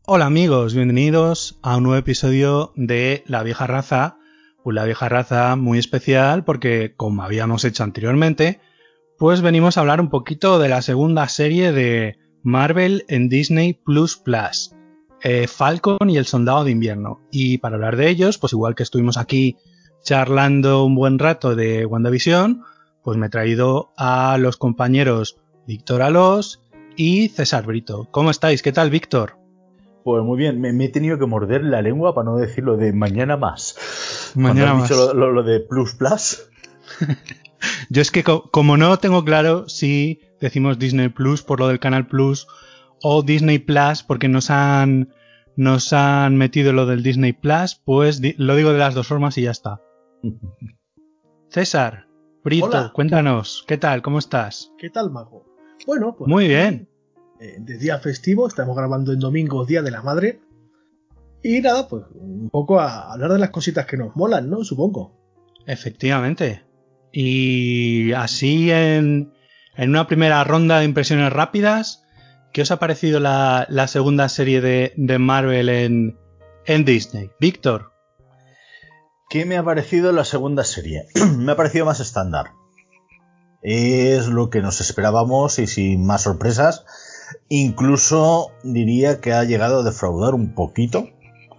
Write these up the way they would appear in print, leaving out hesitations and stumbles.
Hola amigos, bienvenidos a un nuevo episodio de La Vieja Raza, una vieja raza muy especial porque, como habíamos hecho anteriormente, pues venimos a hablar un poquito de la segunda serie de Marvel en Disney Plus Plus, Falcon y el Soldado de Invierno. Y para hablar de ellos, pues igual que estuvimos aquí charlando un buen rato de WandaVision, pues me he traído a los compañeros Víctor Alós y César Brito. ¿Cómo estáis? ¿Qué tal, Víctor? Pues muy bien, me he tenido que morder la lengua para no decir lo de mañana más. Mañana Cuando has más. dicho lo de plus plus. Yo es que como no tengo claro si decimos Disney Plus por lo del Canal Plus o Disney Plus porque nos han metido lo del Disney Plus, pues lo digo de las dos formas y ya está. César, Brito, Hola. Cuéntanos, ¿qué tal? ¿Cómo estás? ¿Qué tal, Mago? Bueno, pues Muy aquí, bien. De día festivo, estamos grabando en domingo, Día de la Madre. Y nada, pues un poco a hablar de las cositas que nos molan, ¿no? Supongo. Efectivamente. Y así en una primera ronda de impresiones rápidas, ¿qué os ha parecido la segunda serie de Marvel en Disney? Víctor. ¿Qué me ha parecido la segunda serie? Me ha parecido más estándar. Es lo que nos esperábamos y sin más sorpresas. Incluso diría que ha llegado a defraudar un poquito.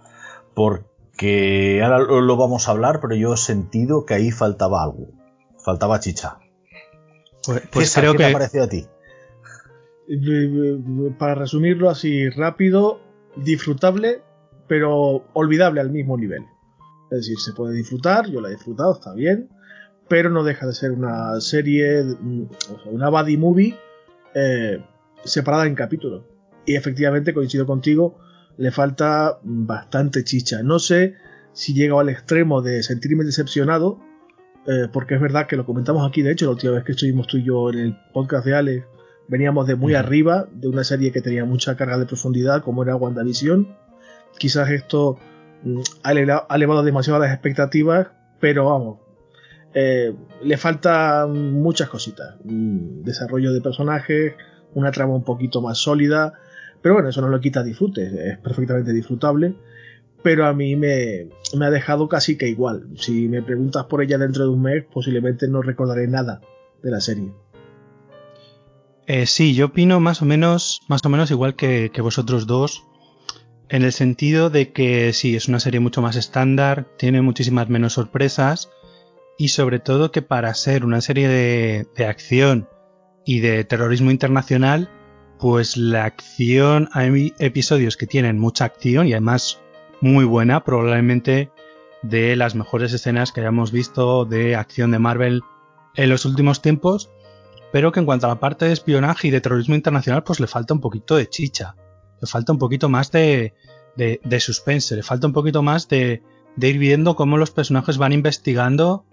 Porque ahora lo vamos a hablar, pero yo he sentido que ahí faltaba algo. Faltaba chicha. Pues creo ¿Qué que te ha parecido a ti? Para resumirlo así rápido, disfrutable, pero olvidable al mismo nivel. Es decir, se puede disfrutar, yo la he disfrutado, está bien, pero no deja de ser una serie, una buddy movie separada en capítulos. Y efectivamente, coincido contigo, le falta bastante chicha. No sé si llego al extremo de sentirme decepcionado, porque es verdad que lo comentamos aquí, de hecho, la última vez que estuvimos tú y yo en el podcast de Alex, veníamos de muy arriba, de una serie que tenía mucha carga de profundidad, como era WandaVision. Quizás esto ha elevado demasiado las expectativas, pero vamos, le faltan muchas cositas. Desarrollo de personajes, una trama un poquito más sólida, pero bueno, eso no lo quita disfrute, es perfectamente disfrutable, pero a mí me ha dejado casi que igual. Si me preguntas por ella dentro de un mes, posiblemente no recordaré nada de la serie. sí, yo opino más o menos igual que vosotros dos, en el sentido de que sí, es una serie mucho más estándar, tiene muchísimas menos sorpresas y sobre todo que para ser una serie de acción y de terrorismo internacional, pues la acción, hay episodios que tienen mucha acción y además muy buena, probablemente de las mejores escenas que hayamos visto de acción de Marvel en los últimos tiempos, pero que en cuanto a la parte de espionaje y de terrorismo internacional, pues le falta un poquito de chicha, le falta un poquito más de suspense, le falta un poquito más de ir viendo cómo los personajes van investigando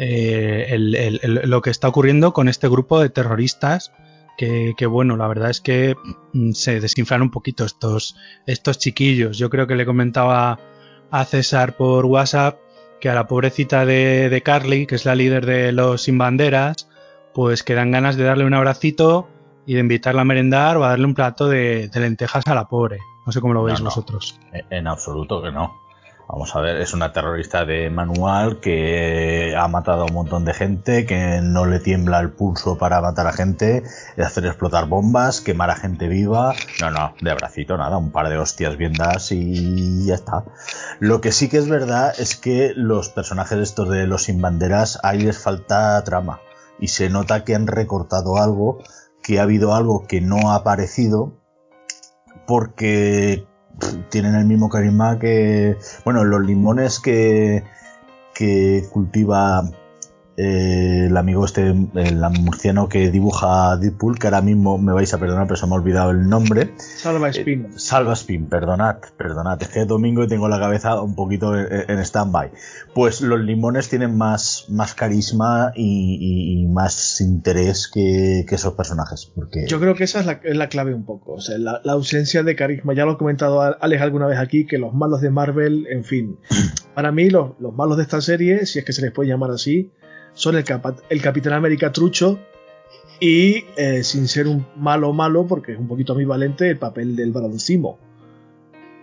lo que está ocurriendo con este grupo de terroristas que bueno, la verdad es que se desinflan un poquito estos chiquillos. Yo creo que le comentaba a César por WhatsApp que a la pobrecita de Carly, que es la líder de los Sin Banderas, pues que dan ganas de darle un abracito y de invitarla a merendar o a darle un plato de lentejas a la pobre. No sé cómo lo veis vosotros. En absoluto que no. Vamos a ver, es una terrorista de manual que ha matado a un montón de gente, que no le tiembla el pulso para matar a gente, hacer explotar bombas, quemar a gente viva. No, de abracito nada, un par de hostias bien dadas y ya está. Lo que sí que es verdad es que los personajes estos de los Sin Banderas, ahí les falta trama. Y se nota que han recortado algo, que ha habido algo que no ha aparecido, porque tienen el mismo carisma que, bueno, los limones que cultiva el amigo el murciano que dibuja Deadpool, que ahora mismo me vais a perdonar, pero se me ha olvidado el nombre. Salva Spin. Salva Spin, perdonad. Es que es domingo y tengo la cabeza un poquito en stand-by. Pues los limones tienen más carisma y más interés que esos personajes. Porque yo creo que esa es la clave un poco. O sea, la ausencia de carisma. Ya lo he comentado Alex alguna vez aquí, que los malos de Marvel, en fin. Para mí, los malos de esta serie, si es que se les puede llamar así, son el Capitán América trucho y, sin ser un malo, porque es un poquito ambivalente, el papel del Baron Zemo.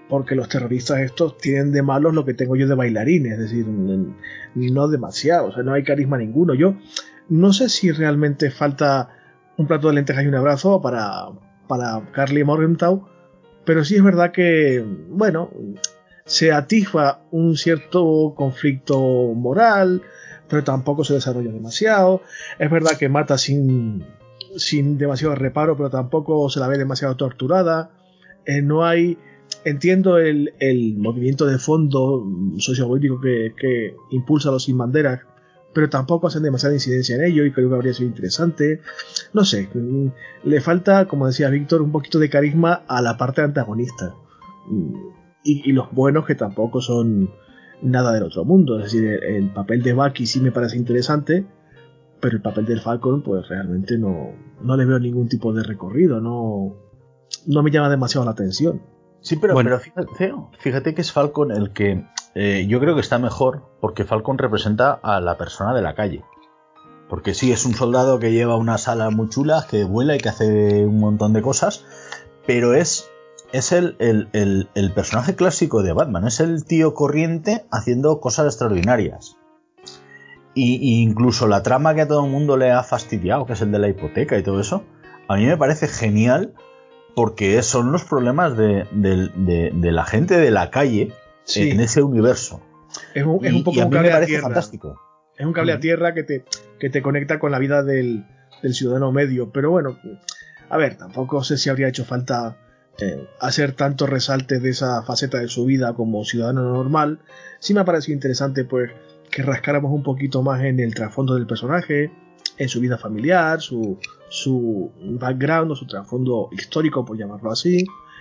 porque los terroristas estos tienen de malos lo que tengo yo de bailarines, es decir, no demasiado, o sea, no hay carisma ninguno. Yo no sé si realmente falta un plato de lentejas y un abrazo para Karli Morgenthau, pero sí es verdad que, bueno, se atisba un cierto conflicto moral, pero tampoco se desarrolla demasiado. Es verdad que mata sin demasiado reparo, pero tampoco se la ve demasiado torturada. No hay... Entiendo el movimiento de fondo sociopolítico que impulsa a los sin banderas, pero tampoco hacen demasiada incidencia en ello y creo que habría sido interesante. No sé, le falta, como decía Víctor, un poquito de carisma a la parte antagonista. Y los buenos que tampoco son nada del otro mundo. Es decir, el papel de Bucky sí me parece interesante, pero el papel del Falcon pues realmente no le veo ningún tipo de recorrido, no me llama demasiado la atención. Sí, pero fíjate que es Falcon el que yo creo que está mejor, porque Falcon representa a la persona de la calle. Porque sí, es un soldado que lleva unas alas muy chulas, que vuela y que hace un montón de cosas, pero es el personaje clásico de Batman, es el tío corriente haciendo cosas extraordinarias. Y incluso la trama que a todo el mundo le ha fastidiado, que es el de la hipoteca y todo eso, a mí me parece genial, porque son los problemas de la gente de la calle, sí, en ese universo. Es un poco un cable a tierra. Fantástico. Es un cable a tierra que te conecta con la vida del ciudadano medio. Pero bueno, a ver, tampoco sé si habría hecho falta hacer tanto resalte de esa faceta de su vida como ciudadano normal. Sí me ha parecido interesante pues que rascáramos un poquito más en el trasfondo del personaje, en su vida familiar, su background o su trasfondo histórico, por llamarlo así,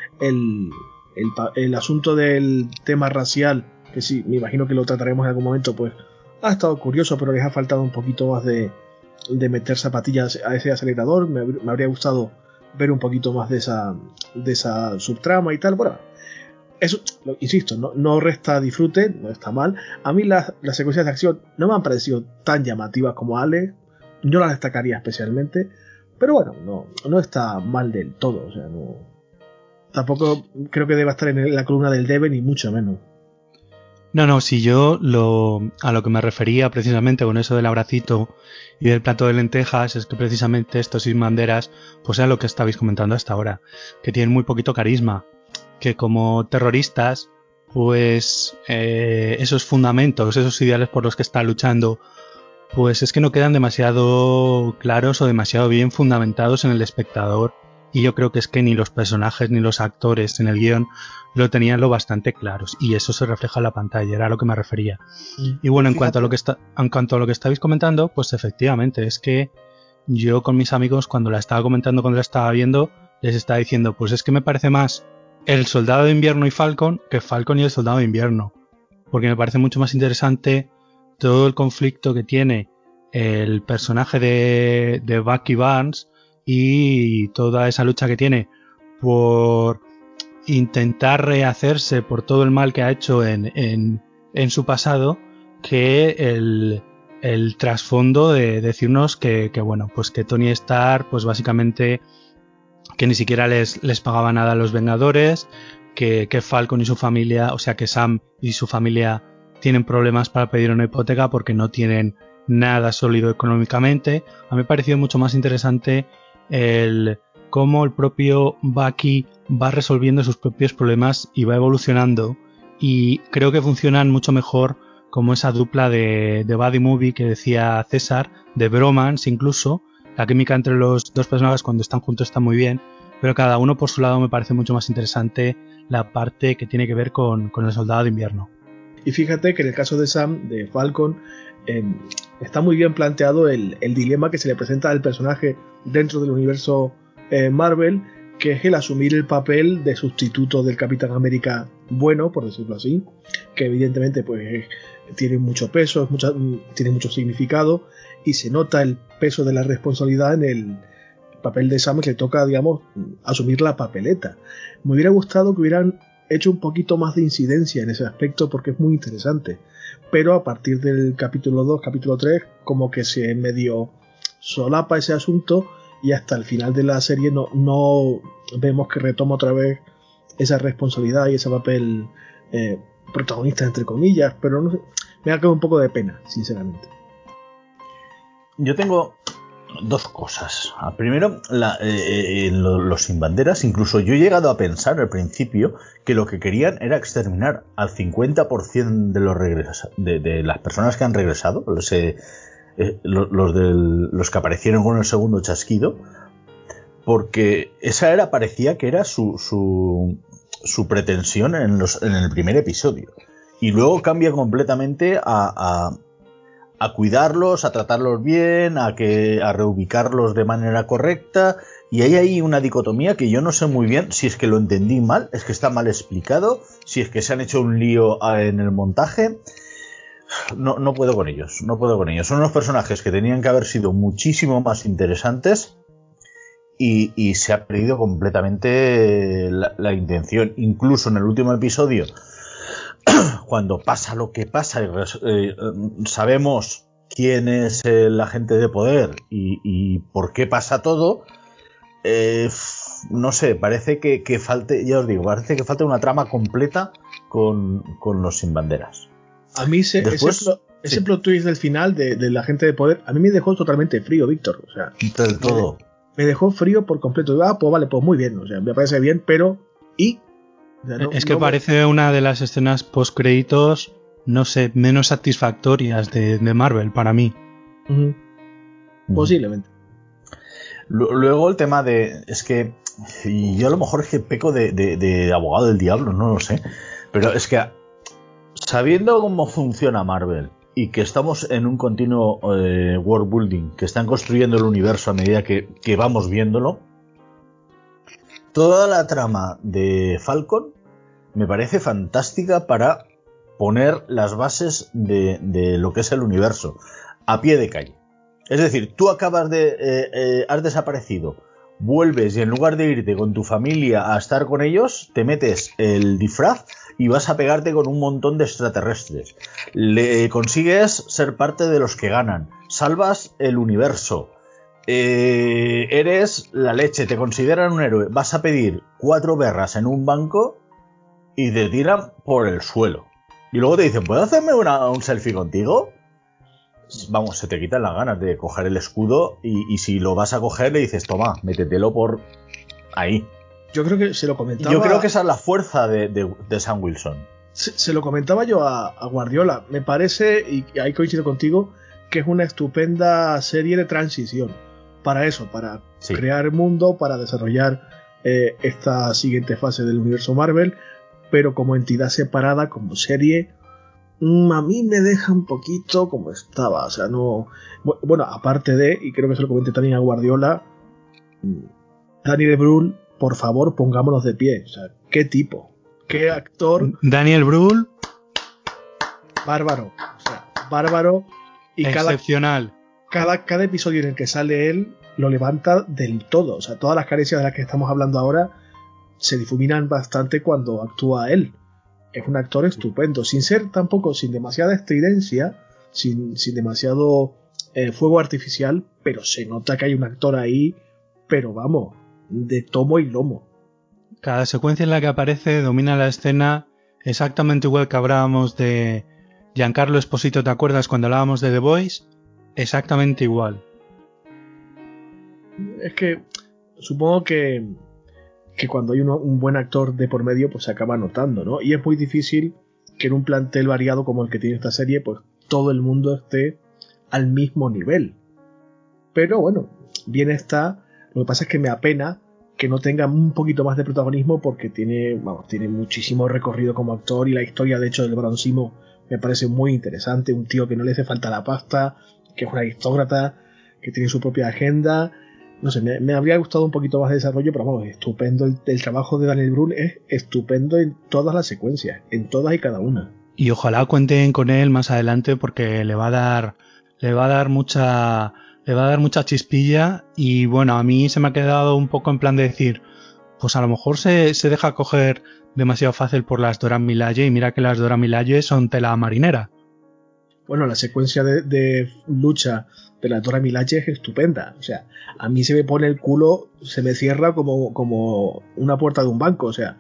el asunto del tema racial, que sí, me imagino que lo trataremos en algún momento, pues ha estado curioso, pero les ha faltado un poquito más de meter zapatillas a ese acelerador. Me habría gustado ver un poquito más de esa subtrama y tal. Bueno, eso, insisto, no resta disfrute, no está mal. A mí las secuencias de acción no me han parecido tan llamativas como Alex, yo las destacaría especialmente, pero bueno, no está mal del todo, o sea, no, tampoco creo que deba estar en la columna del debe, ni mucho menos. No, si yo a lo que me refería precisamente con eso del abracito y del plato de lentejas es que precisamente estos sin banderas, pues es lo que estabais comentando hasta ahora, que tienen muy poquito carisma, que como terroristas, pues esos fundamentos, esos ideales por los que están luchando, pues es que no quedan demasiado claros o demasiado bien fundamentados en el espectador, y yo creo que es que ni los personajes ni los actores en el guión lo tenían lo bastante claros, y eso se refleja en la pantalla, era a lo que me refería. Y bueno, en cuanto a lo que estabais comentando, pues efectivamente, es que yo con mis amigos cuando la estaba comentando, cuando la estaba viendo, les estaba diciendo, pues es que me parece más el Soldado de Invierno y Falcon que Falcon y el Soldado de Invierno, porque me parece mucho más interesante todo el conflicto que tiene el personaje de Bucky Barnes y toda esa lucha que tiene por intentar rehacerse por todo el mal que ha hecho en su pasado, que el trasfondo de decirnos que bueno, pues que Tony Stark, pues básicamente que ni siquiera les pagaba nada a los Vengadores, que Falcon y su familia, o sea que Sam y su familia tienen problemas para pedir una hipoteca porque no tienen nada sólido económicamente. A mí me ha parecido mucho más interesante cómo el propio Bucky va resolviendo sus propios problemas y va evolucionando, y creo que funcionan mucho mejor como esa dupla de buddy movie que decía César, de bromance incluso. La química entre los dos personajes cuando están juntos está muy bien, pero cada uno por su lado me parece mucho más interesante la parte que tiene que ver con el Soldado de Invierno. Y fíjate que en el caso de Sam, de Falcon, está muy bien planteado el dilema que se le presenta al personaje dentro del universo Marvel, que es el asumir el papel de sustituto del Capitán América bueno, por decirlo así, que evidentemente pues tiene mucho peso, tiene mucho significado, y se nota el peso de la responsabilidad en el papel de Sam, que le toca, digamos, asumir la papeleta. Me hubiera gustado que hubieran hecho un poquito más de incidencia en ese aspecto, porque es muy interesante, pero a partir del capítulo 2, capítulo 3, como que se medio solapa ese asunto, y hasta el final de la serie no vemos que retoma otra vez esa responsabilidad y ese papel protagonista, entre comillas, pero no sé, me ha quedado un poco de pena, sinceramente. Yo tengo dos cosas. Primero, los sin banderas. Incluso yo he llegado a pensar al principio que lo que querían era exterminar al 50% de las personas que han regresado, los que aparecieron con el segundo chasquido, porque esa parecía que era su pretensión en el primer episodio. Y luego cambia completamente a cuidarlos, a tratarlos bien, a reubicarlos de manera correcta, y hay ahí una dicotomía que yo no sé muy bien si es que lo entendí mal, es que está mal explicado, si es que se han hecho un lío en el montaje. No puedo con ellos, Son unos personajes que tenían que haber sido muchísimo más interesantes y se ha perdido completamente la intención. Incluso en el último episodio, cuando pasa lo que pasa y sabemos quién es el agente de poder y por qué pasa todo, no sé, parece que falte, ya os digo, parece que falta una trama completa con los sin banderas. A mí ese plot twist del final del agente de poder, a mí me dejó totalmente frío, Víctor. O sea, del todo. Me dejó frío por completo. Pues vale, pues muy bien. O sea, me parece bien, pero ¿y? O sea, parece una de las escenas post créditos, no sé, menos satisfactorias de Marvel para mí. Uh-huh. Posiblemente. Luego el tema es que, y yo a lo mejor es que peco de abogado del diablo, no lo sé, pero es que sabiendo cómo funciona Marvel y que estamos en un continuo world building, que están construyendo el universo a medida que vamos viéndolo, toda la trama de Falcon me parece fantástica para poner las bases de lo que es el universo a pie de calle. Es decir, tú has desaparecido, vuelves y en lugar de irte con tu familia a estar con ellos, te metes el disfraz y vas a pegarte con un montón de extraterrestres. Consigues ser parte de los que ganan, salvas el universo, eres la leche, te consideran un héroe, vas a pedir 4 berras en un banco y te tiran por el suelo. Y luego te dicen, ¿puedo hacerme un selfie contigo? Vamos, se te quitan las ganas de coger el escudo y si lo vas a coger le dices, toma, métetelo por ahí. Yo creo que se lo comentaba. Yo creo que esa es la fuerza de Sam Wilson. Se lo comentaba yo a Guardiola. Me parece, y ahí coincido contigo, que es una estupenda serie de transición. Para eso, para crear mundo, para desarrollar esta siguiente fase del universo Marvel, pero como entidad separada, como serie, a mí me deja un poquito como estaba. O sea, no. Bueno, aparte de, y creo que se lo comenté también a Guardiola, Daniel Brühl, por favor, pongámonos de pie. O sea, qué tipo, qué actor. Daniel Brühl, bárbaro. O sea, bárbaro. Y excepcional. Cada episodio en el que sale él lo levanta del todo. O sea, todas las carencias de las que estamos hablando ahora se difuminan bastante cuando actúa él. Es un actor estupendo, sin ser tampoco, sin demasiada estridencia, sin demasiado fuego artificial, pero se nota que hay un actor ahí, pero vamos, de tomo y lomo. Cada secuencia en la que aparece domina la escena exactamente igual que hablábamos de Giancarlo Esposito, ¿te acuerdas cuando hablábamos de The Voice? Exactamente igual. Es que supongo que cuando hay un buen actor de por medio, pues se acaba notando, ¿no? Y es muy difícil que en un plantel variado como el que tiene esta serie, pues todo el mundo esté al mismo nivel. Pero bueno, bien está. Lo que pasa es que me apena que no tenga un poquito más de protagonismo porque tiene muchísimo recorrido como actor y la historia, de hecho, del Baron Zemo me parece muy interesante. Un tío que no le hace falta la pasta, que es un aristócrata, que tiene su propia agenda. No sé, me habría gustado un poquito más de desarrollo, pero vamos, estupendo. El trabajo de Daniel Brühl es estupendo en todas las secuencias, en todas y cada una. Y ojalá cuenten con él más adelante porque le va a dar mucha chispilla. Y bueno, a mí se me ha quedado un poco en plan de decir, pues a lo mejor se deja coger demasiado fácil por las Dora Milaje, y mira que las Dora Milaje son tela marinera. Bueno, la secuencia de lucha de la Dora Milaje es estupenda. O sea, a mí se me pone el culo, se me cierra como una puerta de un banco. O sea,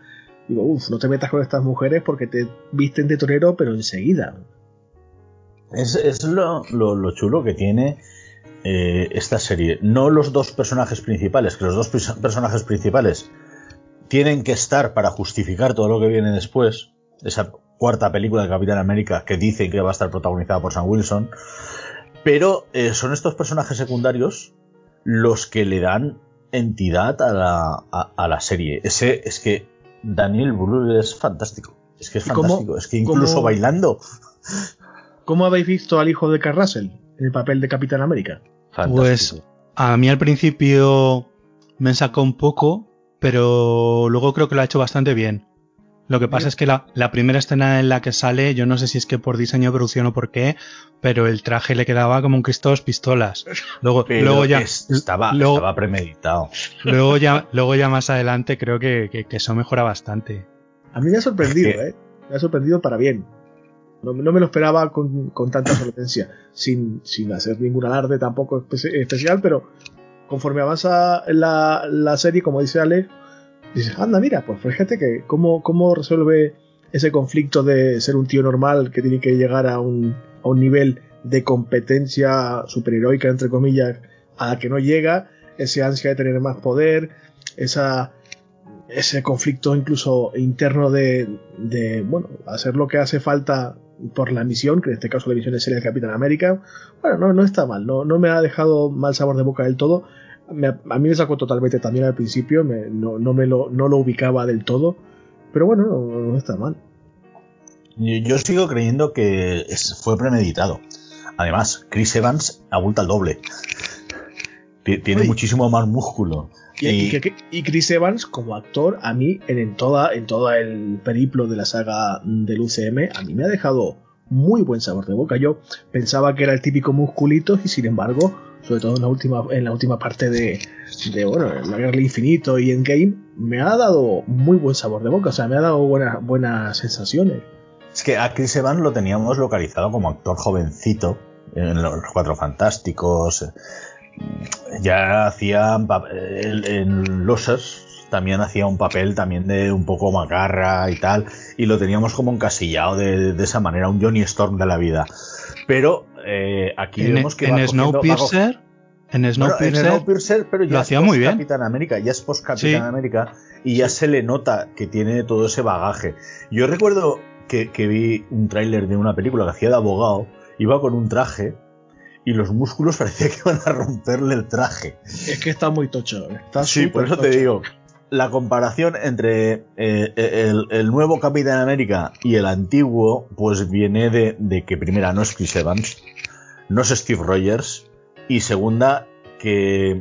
Digo, no te metas con estas mujeres porque te visten de torero, pero enseguida. Es lo chulo que tiene esta serie. No los dos personajes principales, que los dos personajes principales tienen que estar para justificar todo lo que viene después. Esa cuarta película de Capitán América que dice que va a estar protagonizada por Sam Wilson. Pero son estos personajes secundarios los que le dan entidad a la serie. Es que Daniel Brühl es fantástico. Es que es fantástico. Es que incluso bailando. ¿Cómo habéis visto al hijo de Kurt Russell en el papel de Capitán América? Fantástico. Pues a mí al principio me sacó un poco, pero luego creo que lo ha hecho bastante bien. Lo que pasa es que la primera escena en la que sale, yo no sé si es que por diseño de producción o por qué, pero el traje le quedaba como un Cristo de dos pistolas. Luego ya estaba premeditado. Luego ya más adelante creo que eso mejora bastante. A mí me ha sorprendido, me ha sorprendido para bien. No me lo esperaba con tanta solvencia, sin hacer ningún alarde tampoco especial, pero conforme avanza la serie, como dice Alex, dices, anda, mira, pues fíjate que cómo resuelve ese conflicto de ser un tío normal que tiene que llegar a un nivel de competencia superheroica, entre comillas, a la que no llega, ese ansia de tener más poder, ese conflicto incluso interno de hacer lo que hace falta por la misión, que en este caso la misión es ser el Capitán América. Bueno, no está mal, no me ha dejado mal sabor de boca del todo. A mí me sacó totalmente también al principio, no lo ubicaba del todo, pero bueno, no está mal. Yo sigo creyendo que fue premeditado. Además, Chris Evans abulta el doble. Tiene muchísimo más músculo. Y Chris Evans, como actor, a mí, en todo el periplo de la saga del UCM, a mí me ha dejado muy buen sabor de boca. Yo pensaba que era el típico musculito y, sin embargo, sobre todo en la última parte de La Guerra del Infinito y Endgame, me ha dado muy buen sabor de boca. O sea, me ha dado buenas sensaciones. Es que a Chris Evans lo teníamos localizado como actor jovencito en Los Cuatro Fantásticos. Ya hacía en Losers también hacía un papel también de un poco macarra y tal, y lo teníamos como encasillado de esa manera, un Johnny Storm de la vida. Pero aquí vemos que en Snowpiercer pero ya lo hacía muy bien. Capitán América, ya es post Capitán América y ya se le nota que tiene todo ese bagaje. Yo recuerdo que vi un tráiler de una película que hacía de abogado, iba con un traje y los músculos parecía que iban a romperle el traje. Es que está muy tocho. Sí, por eso te digo, la comparación entre el nuevo Capitán América y el antiguo, pues viene de que primera no es Chris Evans, no es Steve Rogers, y segunda que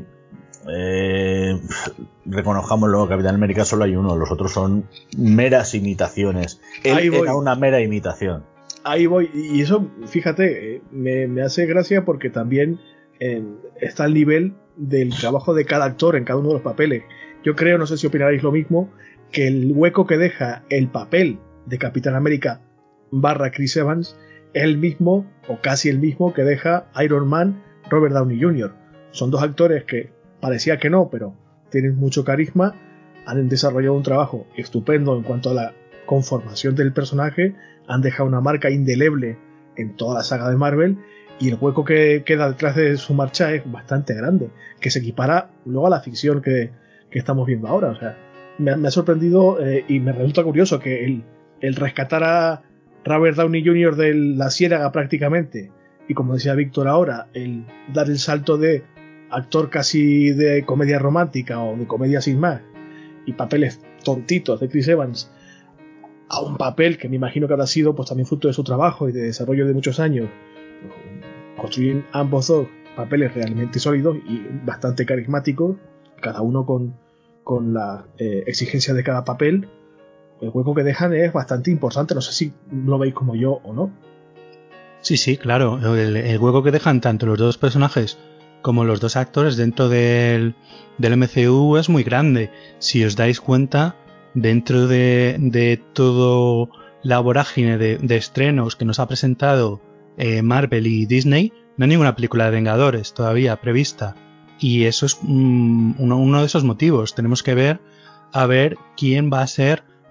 reconozcámoslo, Capitán América solo hay uno, los otros son meras imitaciones. Él era una mera imitación. Ahí voy, y eso, fíjate, me hace gracia porque también está al nivel del trabajo de cada actor en cada uno de los papeles. Yo creo, no sé si opinaréis lo mismo, que el hueco que deja el papel de Capitán América / Chris Evans es el mismo, o casi el mismo, que deja Iron Man Robert Downey Jr. Son dos actores que parecía que no, pero tienen mucho carisma, han desarrollado un trabajo estupendo en cuanto a la conformación del personaje, han dejado una marca indeleble en toda la saga de Marvel, y el hueco que queda detrás de su marcha es bastante grande, que se equipara luego a la ficción que estamos viendo ahora. O sea, me ha sorprendido y me resulta curioso que el rescatar a Robert Downey Jr. de la ciénaga prácticamente, y como decía Víctor ahora, el dar el salto de actor casi de comedia romántica o de comedia sin más y papeles tontitos de Chris Evans a un papel que me imagino que habrá sido pues también fruto de su trabajo y de desarrollo de muchos años, construyen ambos dos papeles realmente sólidos y bastante carismáticos, cada uno con la exigencia de cada papel. El hueco que dejan es bastante importante, no sé si lo veis como yo o no. Sí, claro, el hueco que dejan tanto los dos personajes como los dos actores dentro del MCU es muy grande. Si os dais cuenta, dentro de todo la vorágine de estrenos que nos ha presentado Marvel y Disney, no hay ninguna película de Vengadores todavía prevista, y eso es uno de esos motivos. Tenemos que ver a ver quién va a ser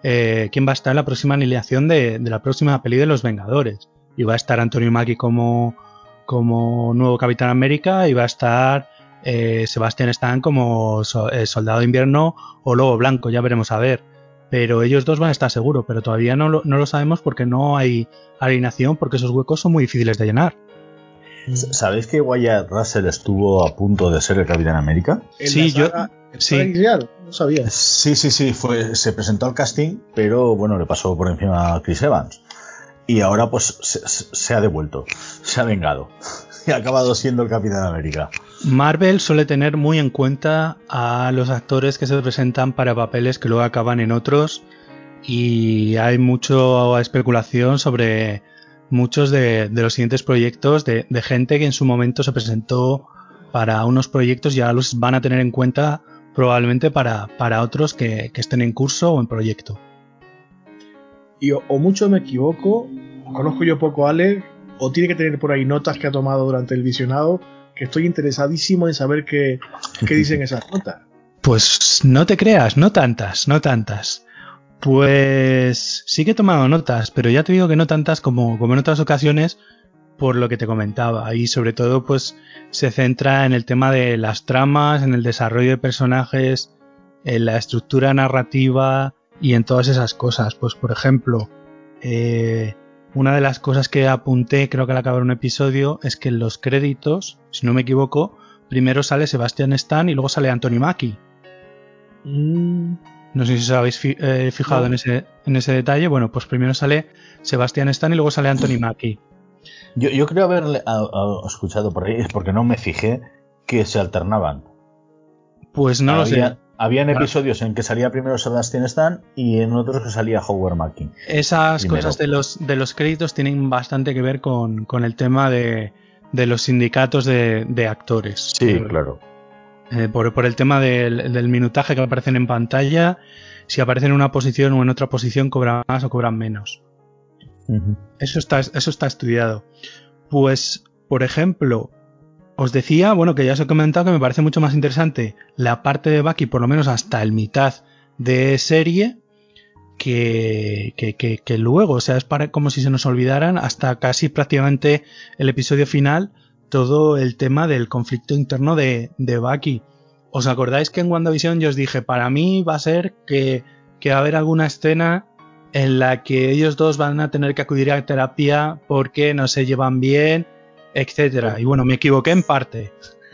quién va a estar en la próxima alineación de la próxima peli de Los Vengadores. Y va a estar Anthony Mackie como nuevo Capitán América, y va a estar Sebastian Stan como Soldado de Invierno o Lobo Blanco, ya veremos a ver. Pero ellos dos van a estar seguros, pero todavía no lo sabemos porque no hay alineación, porque esos huecos son muy difíciles de llenar. ¿Sabéis que Wyatt Russell estuvo a punto de ser el Capitán América? Sí, yo sí. No sabía. Sí, se presentó al casting, pero bueno, le pasó por encima a Chris Evans. Y ahora pues se ha devuelto, se ha vengado y ha acabado siendo el Capitán América. Marvel suele tener muy en cuenta a los actores que se presentan para papeles que luego acaban en otros, y hay mucha especulación sobre muchos de los siguientes proyectos de gente que en su momento se presentó para unos proyectos y ahora los van a tener en cuenta probablemente para otros que estén en curso o en proyecto. Y o mucho me equivoco, conozco yo poco a Ale, o tiene que tener por ahí notas que ha tomado durante el visionado, que estoy interesadísimo en saber qué dicen esas notas. Pues no te creas, no tantas. Pues sí que he tomado notas, pero ya te digo que no tantas como en otras ocasiones, por lo que te comentaba. Y sobre todo pues se centra en el tema de las tramas, en el desarrollo de personajes, en la estructura narrativa y en todas esas cosas. Pues por ejemplo, una de las cosas que apunté, creo que al acabar un episodio, es que en los créditos, si no me equivoco, primero sale Sebastian Stan y luego sale Anthony Mackie. No sé si os habéis fijado en ese detalle. Bueno, pues primero sale Sebastian Stan y luego sale Anthony Mackie. Yo creo haberle escuchado por ahí, es porque no me fijé, que se alternaban. Pues no lo sé. Habían episodios en que salía primero Sebastian Stan y en otros que salía Howard Mackie. Esas primero. Cosas de los créditos tienen bastante que ver con el tema de los sindicatos de actores. Sí, claro. Por el tema del minutaje que aparecen en pantalla, si aparecen en una posición o en otra posición cobran más o cobran menos. Uh-huh. Eso está estudiado. Pues, por ejemplo, os decía, bueno, que ya os he comentado que me parece mucho más interesante la parte de Bucky, por lo menos hasta el mitad de serie, que luego, o sea, es como si se nos olvidaran hasta casi prácticamente el episodio final todo el tema del conflicto interno de Bucky. ¿Os acordáis que en WandaVision yo os dije, para mí va a ser que va a haber alguna escena en la que ellos dos van a tener que acudir a terapia porque no se llevan bien, etcétera? Y bueno, me equivoqué en parte.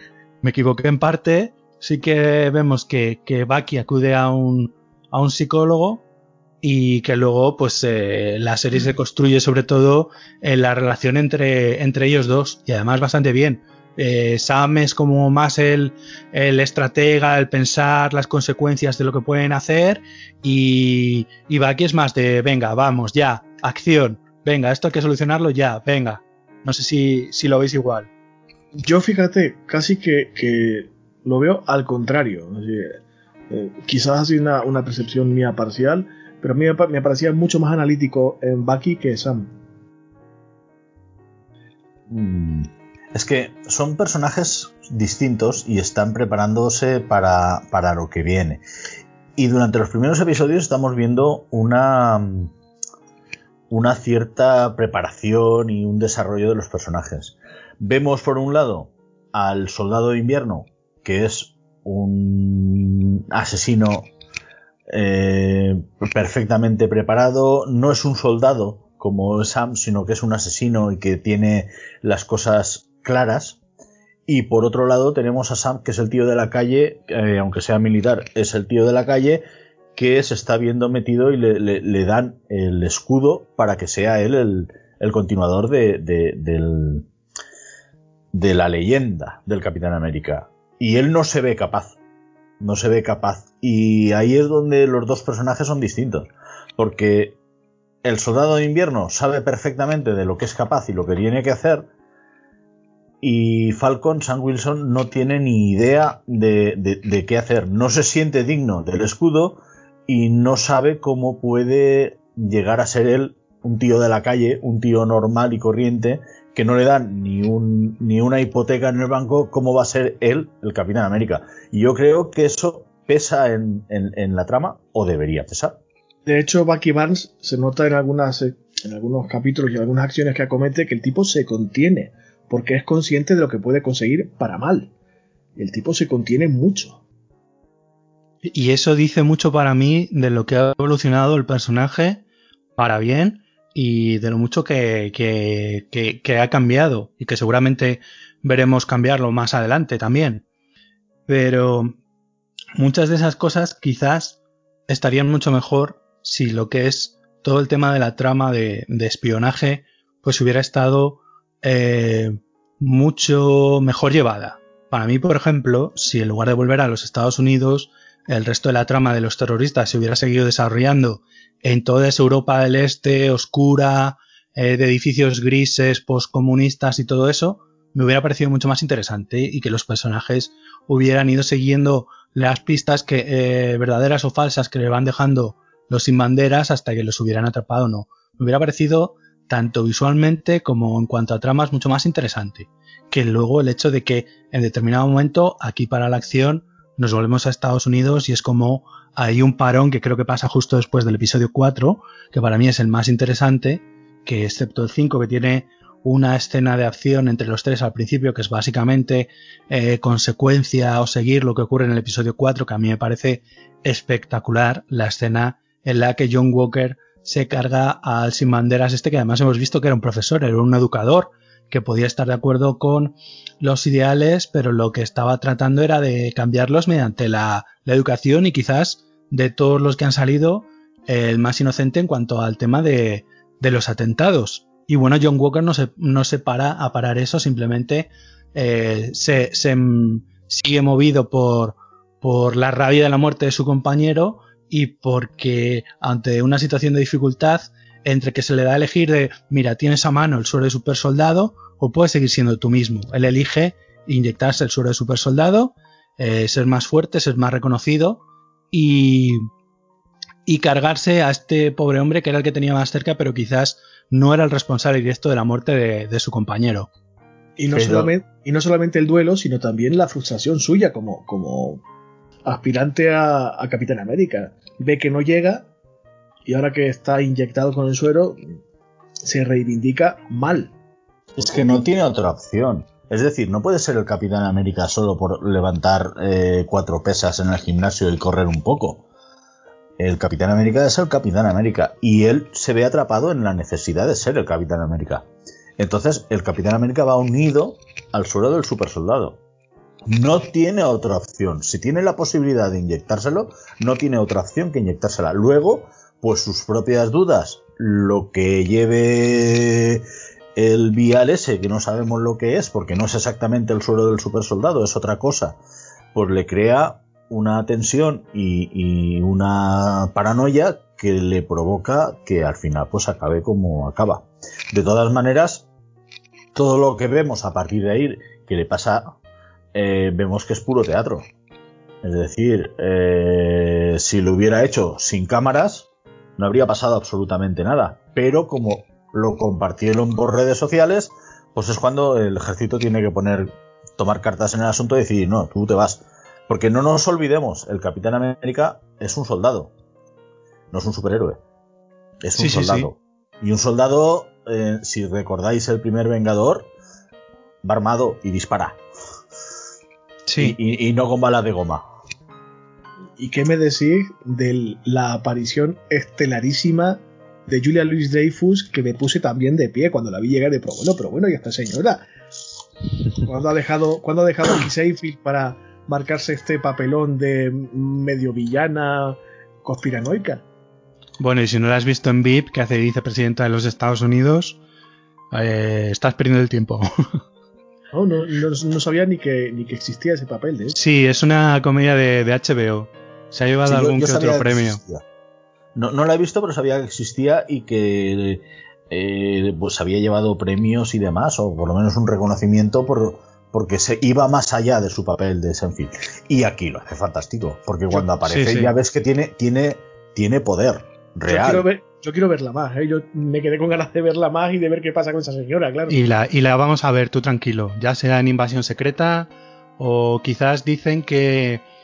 Sí que vemos que Bucky acude a un psicólogo, y que luego pues la serie se construye sobre todo en la relación entre ellos dos, y además bastante bien. Sam es como más el estratega, el pensar las consecuencias de lo que pueden hacer, y Bucky es más de venga, vamos, ya, acción, venga, esto hay que solucionarlo ya, venga. No sé si lo veis igual. Yo fíjate, casi que lo veo al contrario. Quizás ha sido una percepción mía parcial, pero a mí me parecía mucho más analítico en Bucky que Sam. Es que son personajes distintos y están preparándose para lo que viene. Y durante los primeros episodios estamos viendo una cierta preparación y un desarrollo de los personajes. Vemos por un lado al Soldado de Invierno, que es un asesino perfectamente preparado. No es un soldado como Sam, sino que es un asesino y que tiene las cosas claras. Y por otro lado tenemos a Sam, que es el tío de la calle, aunque sea militar, es el tío de la calle, que se está viendo metido y le dan el escudo para que sea él el continuador de la leyenda del Capitán América. Y él no se ve capaz. Y ahí es donde los dos personajes son distintos. Porque el Soldado de Invierno sabe perfectamente de lo que es capaz y lo que tiene que hacer. Y Falcon, Sam Wilson, no tiene ni idea de qué hacer. No se siente digno del escudo y no sabe cómo puede llegar a ser él un tío de la calle, un tío normal y corriente, que no le dan ni una hipoteca en el banco. ¿Cómo va a ser él el Capitán América? Y yo creo que eso pesa en la trama, o debería pesar. De hecho, Bucky Barnes se nota en algunos capítulos y en algunas acciones que acomete que el tipo se contiene, porque es consciente de lo que puede conseguir para mal. El tipo se contiene mucho. Y eso dice mucho para mí de lo que ha evolucionado el personaje para bien y de lo mucho que ha cambiado y que seguramente veremos cambiarlo más adelante también. Pero muchas de esas cosas quizás estarían mucho mejor si lo que es todo el tema de la trama de espionaje pues hubiera estado mucho mejor llevada. Para mí, por ejemplo, si en lugar de volver a los Estados Unidos, el resto de la trama de los terroristas se hubiera seguido desarrollando en toda esa Europa del Este, oscura, de edificios grises, postcomunistas y todo eso, me hubiera parecido mucho más interesante y que los personajes hubieran ido siguiendo las pistas que verdaderas o falsas que le van dejando los sin banderas hasta que los hubieran atrapado o no. Me hubiera parecido, tanto visualmente como en cuanto a tramas, mucho más interesante que luego el hecho de que en determinado momento, aquí para la acción, nos volvemos a Estados Unidos y es como hay un parón que creo que pasa justo después del episodio 4, que para mí es el más interesante, que excepto el 5, que tiene una escena de acción entre los tres al principio, que es básicamente consecuencia o seguir lo que ocurre en el episodio 4, que a mí me parece espectacular, la escena en la que John Walker se carga al sin banderas que además hemos visto que era un profesor, era un educador, que podía estar de acuerdo con los ideales, pero lo que estaba tratando era de cambiarlos mediante la educación y quizás de todos los que han salido, el más inocente en cuanto al tema de los atentados. Y bueno, John Walker no se para a parar eso, simplemente se sigue movido por la rabia de la muerte de su compañero y porque ante una situación de dificultad, entre que se le da a elegir de, mira, tienes a mano el suero de super soldado o puedes seguir siendo tú mismo. Él elige inyectarse el suero de super soldado, ser más fuerte, ser más reconocido y cargarse a este pobre hombre que era el que tenía más cerca, pero quizás no era el responsable directo de la muerte de su compañero. Y no solamente el duelo, sino también la frustración suya como aspirante a Capitán América. Ve que no llega y ahora que está inyectado con el suero se reivindica mal. Es que no tiene otra opción. Es decir, no puede ser el Capitán América solo por levantar 4 pesas en el gimnasio y correr un poco. El Capitán América es el Capitán América y él se ve atrapado en la necesidad de ser el Capitán América. Entonces el Capitán América va unido al suero del supersoldado. No tiene otra opción. Si tiene la posibilidad de inyectárselo, no tiene otra opción que inyectársela. Luego, pues sus propias dudas, lo que lleve el vial ese, que no sabemos lo que es, porque no es exactamente el suero del supersoldado, es otra cosa, pues le crea una tensión y una paranoia que le provoca que al final pues acabe como acaba. De todas maneras, todo lo que vemos a partir de ahí que le pasa, vemos que es puro teatro. Es decir, si lo hubiera hecho sin cámaras, no habría pasado absolutamente nada. Pero como lo compartieron por redes sociales, pues es cuando el ejército tiene que tomar cartas en el asunto y decir, no, tú te vas. Porque no nos olvidemos, el Capitán América es un soldado, no es un superhéroe, es un soldado. Sí. Y un soldado, si recordáis el primer Vengador, va armado y dispara. Sí. Y no con balas de goma. ¿Y qué me decís de la aparición estelarísima de Julia Louis-Dreyfus, que me puse también de pie cuando la vi llegar de pero bueno, y esta señora? ¿Cuándo ha dejado Chris Hadfield para marcarse este papelón de medio villana conspiranoica? Bueno, y si no la has visto en VIP, que hace vicepresidenta de los Estados Unidos, estás perdiendo el tiempo. No sabía ni que existía ese papel, ¿eh? Sí, es una comedia de HBO. Se ha llevado algún que otro premio. No la he visto, pero sabía que existía y que pues había llevado premios y demás, o por lo menos un reconocimiento porque se iba más allá de su papel de Seinfeld. Y aquí lo hace fantástico, porque cuando aparece ya ves que tiene poder real. Yo quiero verla más, ¿eh? Yo me quedé con ganas de verla más y de ver qué pasa con esa señora, claro. Y la vamos a ver, tú tranquilo, ya sea en Invasión Secreta o quizás dicen que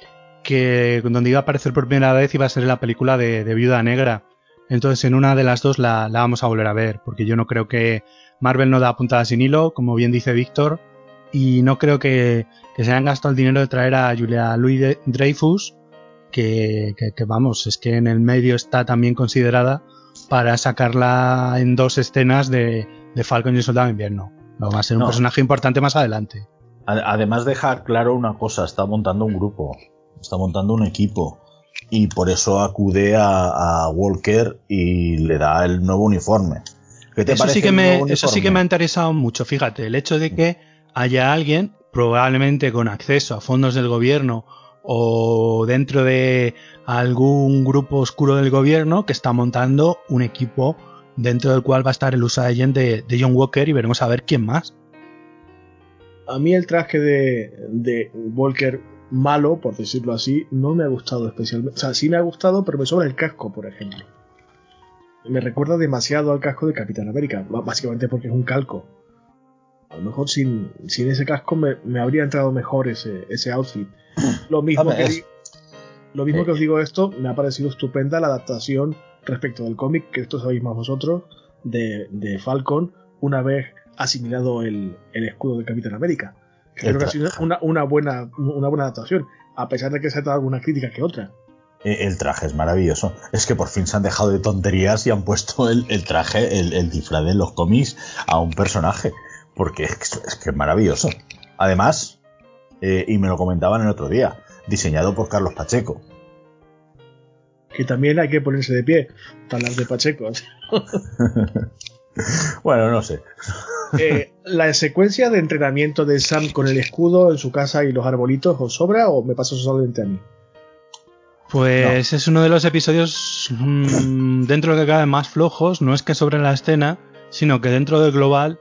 que donde iba a aparecer por primera vez iba a ser la película de Viuda Negra. Entonces en una de las dos la vamos a volver a ver, porque yo no creo que Marvel no da puntada sin hilo, como bien dice Víctor, y no creo que se hayan gastado el dinero de traer a Julia Louis-Dreyfus, que vamos, es que en el medio está también considerada para sacarla en 2 escenas de Falcon y el Soldado de Invierno. Va a ser un personaje importante más adelante. Además deja claro una cosa, está montando un grupo, está montando un equipo y por eso acude a Walker y le da el nuevo uniforme. ¿Qué te eso parece eso sí que me ha interesado mucho, fíjate, el hecho de que haya alguien, probablemente con acceso a fondos del gobierno o dentro de algún grupo oscuro del gobierno que está montando un equipo dentro del cual va a estar el USA Agent de John Walker y veremos a ver quién más. A mí el traje de Walker malo, por decirlo así, no me ha gustado especialmente. O sea, sí me ha gustado, pero me sobra el casco, por ejemplo. Me recuerda demasiado al casco de Capitán América, básicamente porque es un calco. A lo mejor sin ese casco me habría entrado mejor ese outfit. Lo mismo que os digo esto, me ha parecido estupenda la adaptación respecto del cómic, que esto sabéis más vosotros, de Falcon, una vez asimilado el escudo de Capitán América. Creo que ha sido una buena adaptación, a pesar de que se ha dado alguna crítica que otra. El traje es maravilloso. Es que por fin se han dejado de tonterías y han puesto el traje, el disfraz de los cómics a un personaje. Porque es que es maravilloso. Además, y me lo comentaban el otro día, diseñado por Carlos Pacheco. Que también hay que ponerse de pie para hablar de Pacheco. Bueno, no sé. ¿La secuencia de entrenamiento de Sam con el escudo en su casa y los arbolitos os sobra o me pasa solamente a mí? Pues no. Es uno de los episodios dentro de lo que cabe más flojos. No es que sobre la escena, sino que dentro del global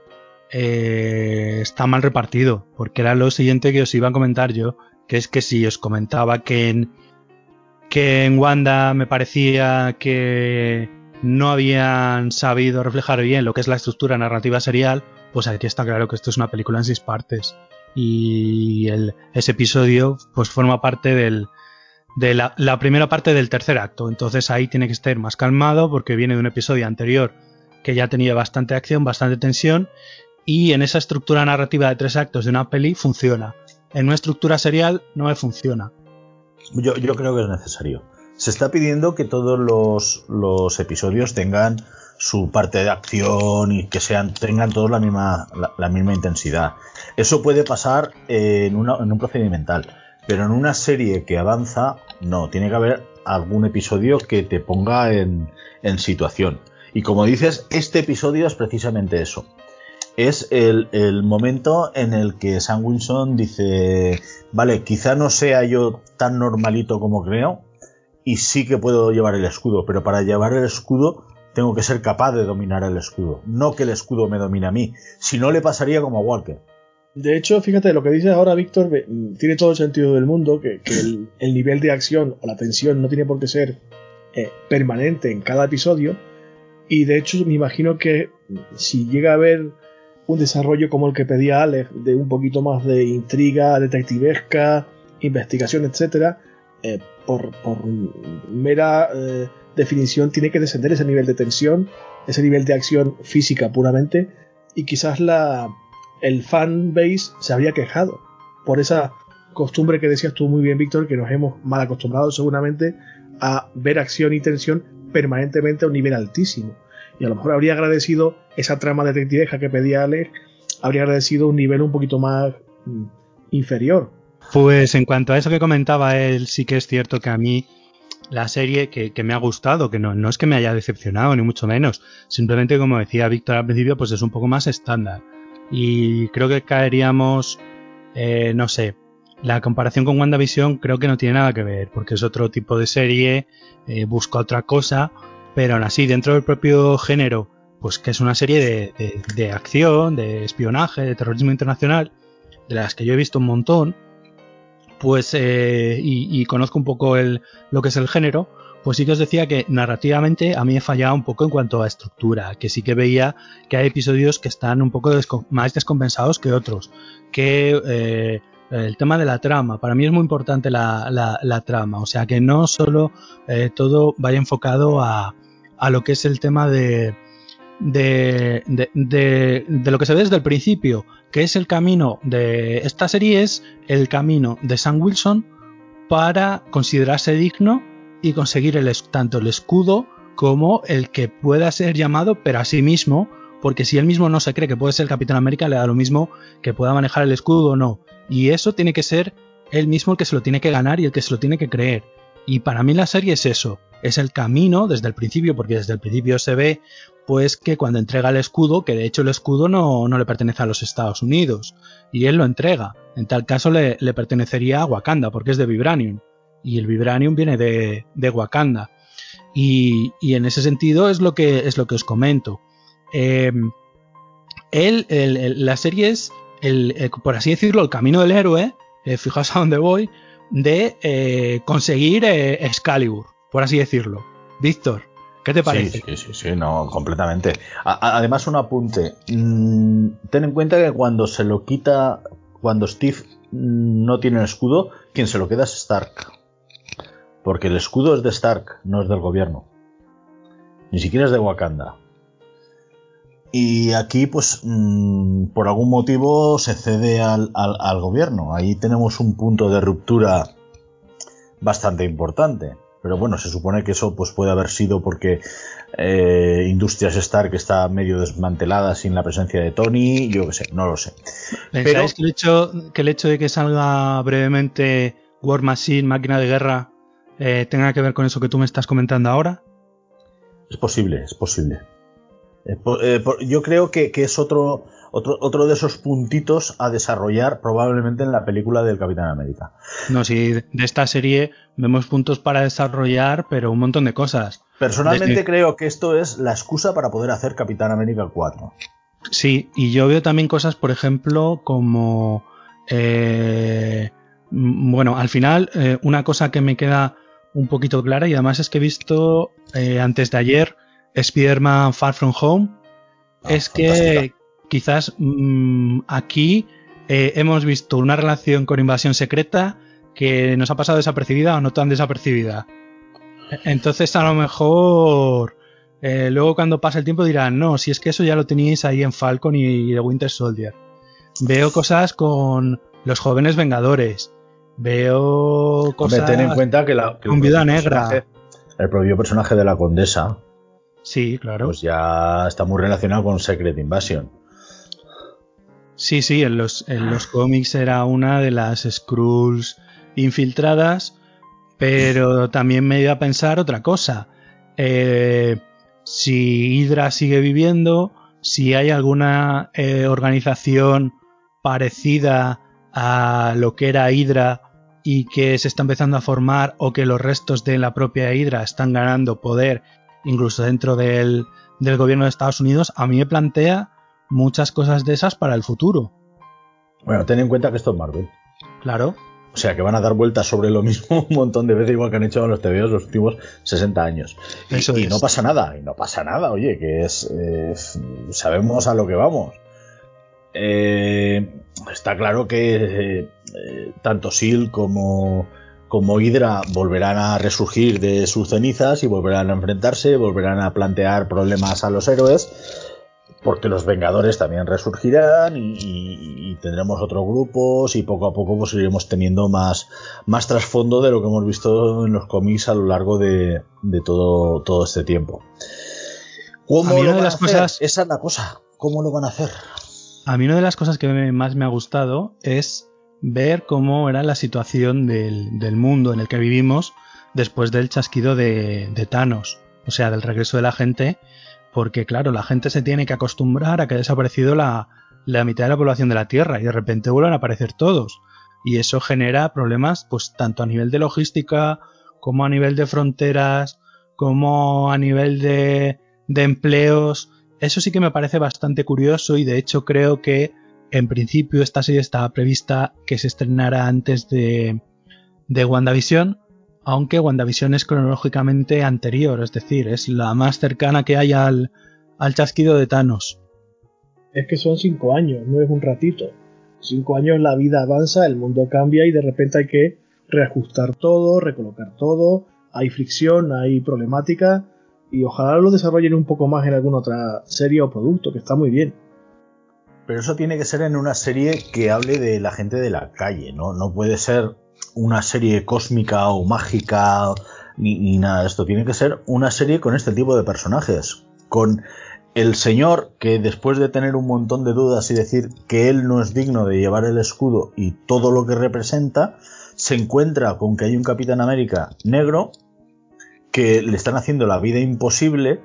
está mal repartido, porque era lo siguiente que os iba a comentar yo, que es que si os comentaba que en Wanda me parecía que no habían sabido reflejar bien lo que es la estructura narrativa serial, pues aquí está claro que esto es una película en 6 partes y ese episodio pues forma parte de la primera parte del tercer acto, entonces ahí tiene que estar más calmado porque viene de un episodio anterior que ya tenía bastante acción, bastante tensión, y en esa estructura narrativa de 3 actos de una peli funciona. En una estructura serial no me funciona. Yo creo que es necesario. Se está pidiendo que todos los episodios tengan su parte de acción y que tengan todos la misma intensidad. Eso puede pasar en un procedimental, pero en una serie que avanza, no. Tiene que haber algún episodio que te ponga en situación. Y como dices, este episodio es precisamente eso. Es el momento en el que Sam Wilson dice, vale, quizá no sea yo tan normalito como creo y sí que puedo llevar el escudo, pero para llevar el escudo tengo que ser capaz de dominar el escudo, no que el escudo me domine a mí, si no le pasaría como a Walker. De hecho, fíjate, lo que dices ahora, Víctor, tiene todo el sentido del mundo, que el nivel de acción o la tensión no tiene por qué ser permanente en cada episodio, y de hecho me imagino que si llega a haber un desarrollo como el que pedía Alex, de un poquito más de intriga detectivesca, investigación, etcétera, por mera definición tiene que descender ese nivel de tensión, ese nivel de acción física puramente, y quizás el fanbase se habría quejado por esa costumbre que decías tú muy bien, Víctor, que nos hemos mal acostumbrado seguramente a ver acción y tensión permanentemente a un nivel altísimo. Y a lo mejor habría agradecido esa trama detectivesca que pedía Alex, habría agradecido un nivel un poquito más inferior. Pues en cuanto a eso que comentaba él, sí que es cierto que a mí la serie que me ha gustado, que no es que me haya decepcionado ni mucho menos, simplemente como decía Víctor al principio, pues es un poco más estándar y creo que caeríamos, no sé, la comparación con WandaVision creo que no tiene nada que ver porque es otro tipo de serie, busca otra cosa, pero aún así dentro del propio género, pues que es una serie de acción, de espionaje, de terrorismo internacional, de las que yo he visto un montón, pues y conozco un poco lo que es el género, pues sí que os decía que narrativamente a mí me fallaba un poco en cuanto a estructura, que sí que veía que hay episodios que están un poco más descompensados que otros, que el tema de la trama. Para mí es muy importante la trama, o sea, que no solo todo vaya enfocado a lo que es el tema de lo que se ve desde el principio, que es el camino de esta serie, es el camino de Sam Wilson para considerarse digno y conseguir tanto el escudo como el que pueda ser llamado, pero a sí mismo, porque si él mismo no se cree que puede ser Capitán América, le da lo mismo que pueda manejar el escudo o no. Y eso tiene que ser él mismo el que se lo tiene que ganar y el que se lo tiene que creer. Y para mí la serie es eso, es el camino desde el principio, porque desde el principio se ve pues que cuando entrega el escudo, que de hecho el escudo no le pertenece a los Estados Unidos, y él lo entrega. En tal caso le pertenecería a Wakanda, porque es de Vibranium, y el Vibranium viene de Wakanda. Y en ese sentido es lo que os comento. La serie es, por así decirlo, el camino del héroe, fijaos a dónde voy, de conseguir Excalibur, por así decirlo. Víctor, ¿qué te parece? Sí, no, completamente. Además, un apunte. Ten en cuenta que cuando se lo quita, cuando Steve no tiene el escudo, quien se lo queda es Stark. Porque el escudo es de Stark, no es del gobierno. Ni siquiera es de Wakanda. Y aquí, pues, por algún motivo se cede al gobierno. Ahí tenemos un punto de ruptura bastante importante. Pero bueno, se supone que eso pues puede haber sido porque Industrias Stark está medio desmantelada sin la presencia de Tony, yo qué sé, no lo sé. ¿Pensáis que el hecho de que salga brevemente War Machine, máquina de guerra, tenga que ver con eso que tú me estás comentando ahora? Es posible. Yo creo que es otro de esos puntitos a desarrollar probablemente en la película del Capitán América. No, sí, de esta serie vemos puntos para desarrollar, pero un montón de cosas. Personalmente creo que esto es la excusa para poder hacer Capitán América 4. Sí, y yo veo también cosas, por ejemplo, como... bueno, al final, una cosa que me queda un poquito clara, y además es que he visto antes de ayer Spider-Man Far From Home, es fantástica. que quizás aquí hemos visto una relación con Invasión Secreta que nos ha pasado desapercibida o no tan desapercibida. Entonces a lo mejor luego cuando pase el tiempo dirán, no, si es que eso ya lo teníais ahí en Falcon y The Winter Soldier. Veo cosas con los jóvenes Vengadores. Veo cosas. Hombre, ten en cuenta que con Viuda Negra. El propio personaje de la Condesa. Sí, claro. Pues ya está muy relacionado con Secret Invasion. Sí, en los cómics era una de las Skrulls infiltradas, pero también me iba a pensar otra cosa. Si Hydra sigue viviendo, si hay alguna organización parecida a lo que era Hydra y que se está empezando a formar, o que los restos de la propia Hydra están ganando poder incluso dentro del gobierno de Estados Unidos, a mí me plantea muchas cosas de esas para el futuro. Bueno, ten en cuenta que esto es Marvel. Claro. O sea, que van a dar vueltas sobre lo mismo un montón de veces, igual que han hecho los TVOs los últimos 60 años. Y no pasa nada, oye, que es... sabemos a lo que vamos. Está claro que tanto S.H.I.E.L.D. como Hydra volverán a resurgir de sus cenizas y volverán a enfrentarse, volverán a plantear problemas a los héroes, porque los Vengadores también resurgirán y tendremos otros grupos y poco a poco pues iremos teniendo más trasfondo de lo que hemos visto en los cómics a lo largo de todo este tiempo. ¿Cómo lo van a hacer? Esa es la cosa. ¿Cómo lo van a hacer? A mí una de las cosas que más me ha gustado es ver cómo era la situación del mundo en el que vivimos después del chasquido de Thanos, o sea, del regreso de la gente, porque claro, la gente se tiene que acostumbrar a que ha desaparecido la mitad de la población de la Tierra y de repente vuelven a aparecer todos, y eso genera problemas pues tanto a nivel de logística como a nivel de fronteras, como a nivel de empleos. Eso sí que me parece bastante curioso, y de hecho creo que en principio esta serie estaba prevista que se estrenara antes de WandaVision, aunque WandaVision es cronológicamente anterior, es decir, es la más cercana que hay al chasquido de Thanos. Es que son 5 años, no es un ratito. 5 años la vida avanza, el mundo cambia y de repente hay que reajustar todo, recolocar todo, hay fricción, hay problemática y ojalá lo desarrollen un poco más en alguna otra serie o producto, que está muy bien. Pero eso tiene que ser en una serie que hable de la gente de la calle, ¿no? No puede ser una serie cósmica o mágica ni nada de esto. Tiene que ser una serie con este tipo de personajes. Con el señor que después de tener un montón de dudas y decir que él no es digno de llevar el escudo y todo lo que representa, se encuentra con que hay un Capitán América negro que le están haciendo la vida imposible.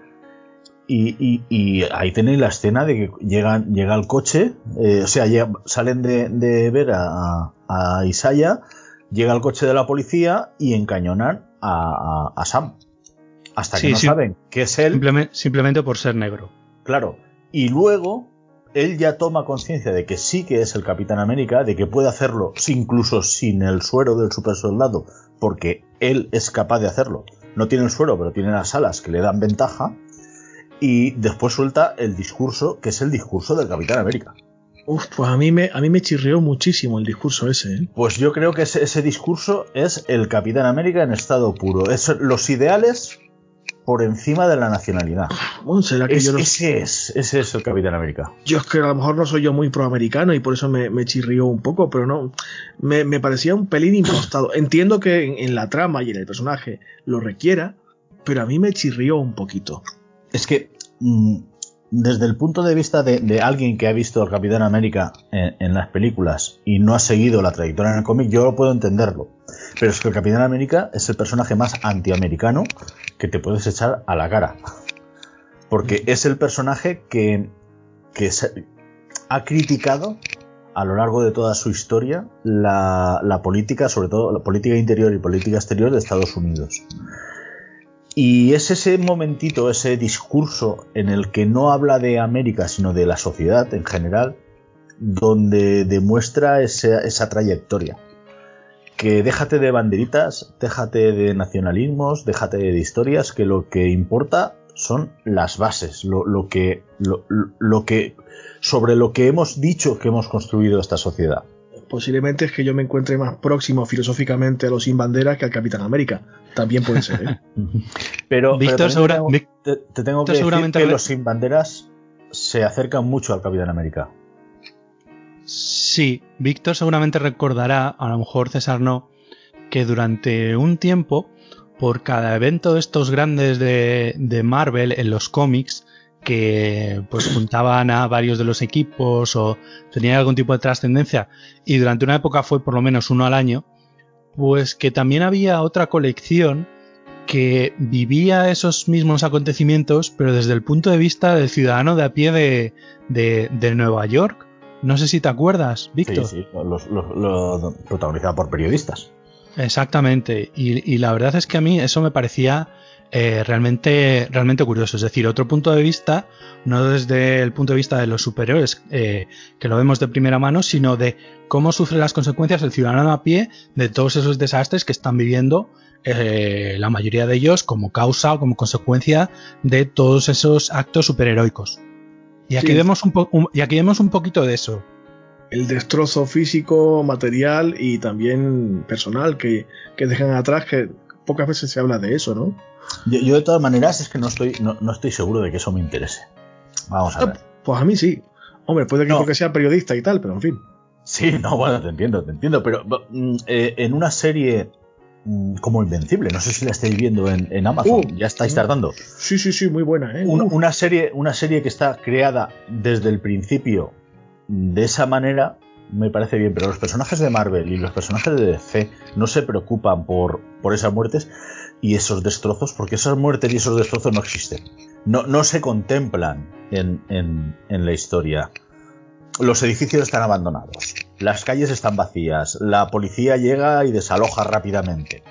Y ahí tenéis la escena de que llega el coche, salen de ver a Isaiah, llega el coche de la policía y encañonan a Sam. Hasta que no saben que es él. Simplemente por ser negro. Claro. Y luego él ya toma conciencia de que sí que es el Capitán América, de que puede hacerlo incluso sin el suero del supersoldado, porque él es capaz de hacerlo. No tiene el suero, pero tiene las alas que le dan ventaja. Y después suelta el discurso, que es el discurso del Capitán América. Pues a mí me chirrió muchísimo el discurso ese, ¿eh? Pues yo creo que ese discurso es el Capitán América en estado puro. Es los ideales por encima de la nacionalidad. Bueno, ¿será que ese es el Capitán América. Yo es que a lo mejor no soy yo muy proamericano y por eso me chirrió un poco, pero no, me parecía un pelín impostado. Entiendo que en la trama y en el personaje lo requiera, pero a mí me chirrió un poquito. Es que desde el punto de vista de alguien que ha visto al Capitán América en las películas y no ha seguido la trayectoria en el cómic, yo puedo entenderlo. Pero es que el Capitán América es el personaje más antiamericano que te puedes echar a la cara. Porque es el personaje que ha criticado a lo largo de toda su historia la política, sobre todo la política interior y política exterior de Estados Unidos. Y es ese momentito, ese discurso en el que no habla de América, sino de la sociedad en general, donde demuestra esa trayectoria. Que déjate de banderitas, déjate de nacionalismos, déjate de historias, que lo que importa son las bases, sobre lo que hemos dicho que hemos construido esta sociedad. Posiblemente es que yo me encuentre más próximo filosóficamente a los sin banderas que al Capitán América. También puede ser, ¿eh? pero Víctor, te tengo que decir que los sin banderas se acercan mucho al Capitán América. Sí, Víctor seguramente recordará, a lo mejor César no, que durante un tiempo, por cada evento de estos grandes de Marvel en los cómics, que pues juntaban a varios de los equipos o tenían algún tipo de trascendencia, y durante una época fue por lo menos uno al año, pues que también había otra colección que vivía esos mismos acontecimientos, pero desde el punto de vista del ciudadano de a pie de Nueva York. No sé si te acuerdas, Víctor. Sí, lo protagonizado por periodistas. Exactamente, y la verdad es que a mí eso me parecía realmente curioso. Es decir, otro punto de vista, no desde el punto de vista de los superhéroes, que lo vemos de primera mano, sino de cómo sufre las consecuencias el ciudadano a pie de todos esos desastres que están viviendo la mayoría de ellos como causa o como consecuencia de todos esos actos superheroicos. Y aquí, vemos un poquito de eso. El destrozo físico, material y también personal que dejan atrás, que pocas veces se habla de eso, ¿no? Yo de todas maneras es que no estoy seguro de que eso me interese. Vamos a ver. Pues a mí sí. Hombre, puede que porque sea periodista y tal, pero en fin. Sí, no, bueno, te entiendo, pero en una serie como Invencible, no sé si la estáis viendo en Amazon, ya estáis tardando. Sí, muy buena, ¿eh? Una serie que está creada desde el principio de esa manera me parece bien, pero los personajes de Marvel y los personajes de DC no se preocupan por esas muertes y esos destrozos, porque esas muertes y esos destrozos no existen. No se contemplan en la historia. Los edificios están abandonados, las calles están vacías, la policía llega y desaloja rápidamente.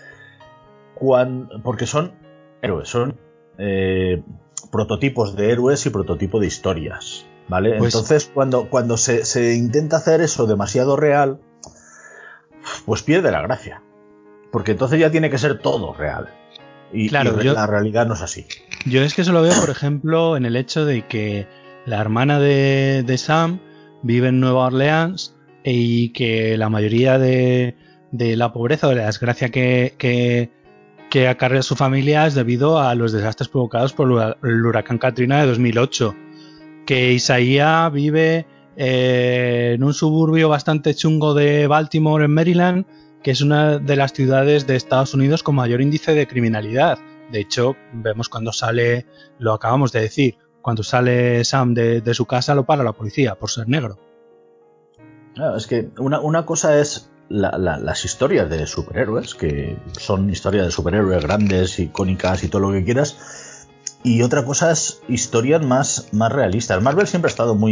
Porque son héroes, son prototipos de héroes y prototipos de historias, ¿vale? Pues, entonces cuando se intenta hacer eso demasiado real, pues pierde la gracia. Porque entonces ya tiene que ser todo real. Y la realidad no es así. Yo es que eso lo veo, por ejemplo, en el hecho de que la hermana de Sam vive en Nueva Orleans, y que la mayoría de la pobreza o de la desgracia que acarrea su familia es debido a los desastres provocados por el huracán Katrina de 2008. Que Isaiah vive en un suburbio bastante chungo de Baltimore, en Maryland, que es una de las ciudades de Estados Unidos con mayor índice de criminalidad. De hecho, vemos cuando sale, lo acabamos de decir, cuando sale Sam de su casa lo para la policía por ser negro. Claro, es que una cosa es las historias de superhéroes, que son historias de superhéroes grandes, icónicas y todo lo que quieras, y otra cosa es historias más realistas. Marvel siempre ha estado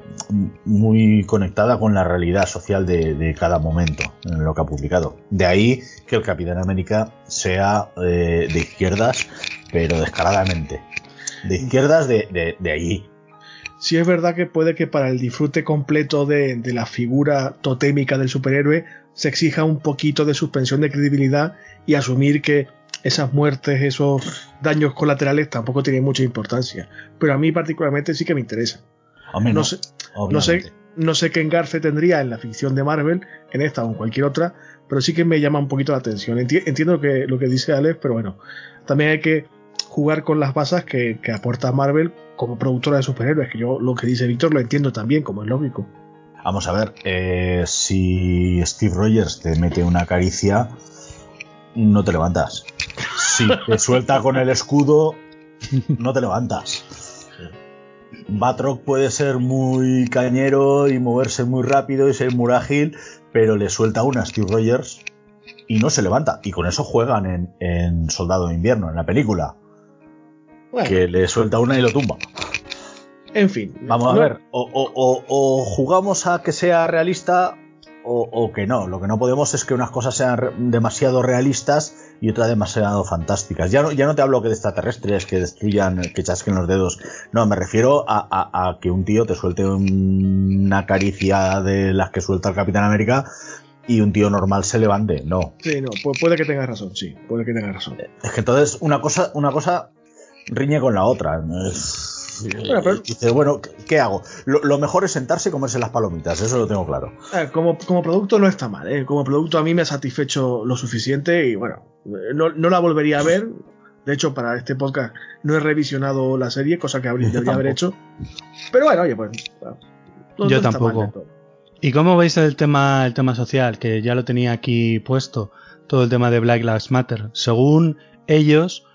muy conectada con la realidad social de cada momento en lo que ha publicado. De ahí que el Capitán América sea de izquierdas, pero descaradamente. De izquierdas de allí. Sí es verdad que puede que para el disfrute completo de la figura totémica del superhéroe se exija un poquito de suspensión de credibilidad y asumir que esas muertes, esos daños colaterales tampoco tienen mucha importancia. Pero a mí particularmente sí que me interesa. No sé qué engarce tendría en la ficción de Marvel, en esta o en cualquier otra, pero sí que me llama un poquito la atención. Entiendo lo que dice Alex, pero bueno, también hay que jugar con las bases que aporta Marvel como productora de superhéroes, que yo lo que dice Víctor lo entiendo también, como es lógico. Vamos a ver, si Steve Rogers te mete una caricia, no te levantas. Si te suelta con el escudo, no te levantas. Batroc puede ser muy cañero y moverse muy rápido y ser muy ágil, pero le suelta una a Steve Rogers y no se levanta. Y con eso juegan en Soldado de Invierno, en la película. Bueno, que le suelta una y lo tumba. En fin. Vamos a ver, o jugamos a que sea realista o que no. Lo que no podemos es que unas cosas sean demasiado realistas y otras demasiado fantásticas. Ya no te hablo que de extraterrestres que destruyan, que chasquen los dedos. No, me refiero a que un tío te suelte una caricia de las que suelta el Capitán América y un tío normal se levante. No. Sí, no, puede que tengas razón, sí. Puede que tengas razón. Es que entonces una cosa riñe con la otra. Bueno, pero dice, bueno, ¿qué hago? Lo mejor es sentarse y comerse las palomitas, eso lo tengo claro. Como producto no está mal, ¿eh? Como producto a mí me ha satisfecho lo suficiente y bueno, no la volvería a ver. De hecho, para este podcast no he revisionado la serie, cosa que debería haber hecho. Pero bueno, oye, pues... Yo tampoco. ¿Y cómo veis el tema social? Que ya lo tenía aquí puesto, todo el tema de Black Lives Matter. Según ellos,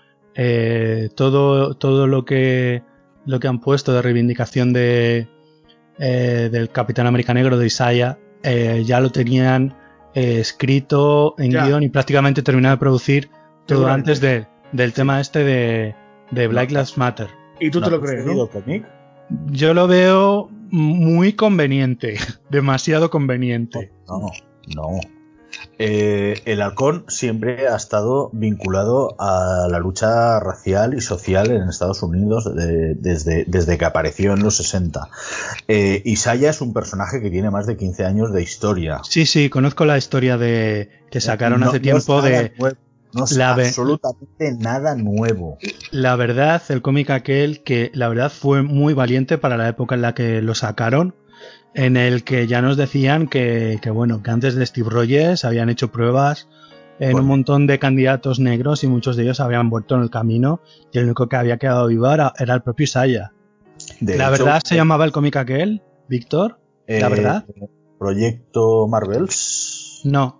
todo lo que han puesto de reivindicación del Capitán América Negro de Isaiah ya lo tenían escrito en guión y prácticamente terminado de producir todo antes del tema de Black Lives Matter. ¿Y tú te lo crees, no? Yo lo veo muy conveniente, demasiado conveniente. No. El Halcón siempre ha estado vinculado a la lucha racial y social en Estados Unidos desde que apareció en los 60. Isaiah es un personaje que tiene más de 15 años de historia. Sí, conozco la historia que sacaron hace tiempo de... No es absolutamente nada nuevo. La verdad, el cómic aquel que la verdad fue muy valiente para la época en la que lo sacaron, en el que ya nos decían que antes de Steve Rogers habían hecho pruebas en un montón de candidatos negros y muchos de ellos habían muerto en el camino y el único que había quedado vivo era el propio Isaiah. ¿La verdad se llamaba el cómic aquel, Víctor? ¿La verdad? ¿Proyecto Marvels? No.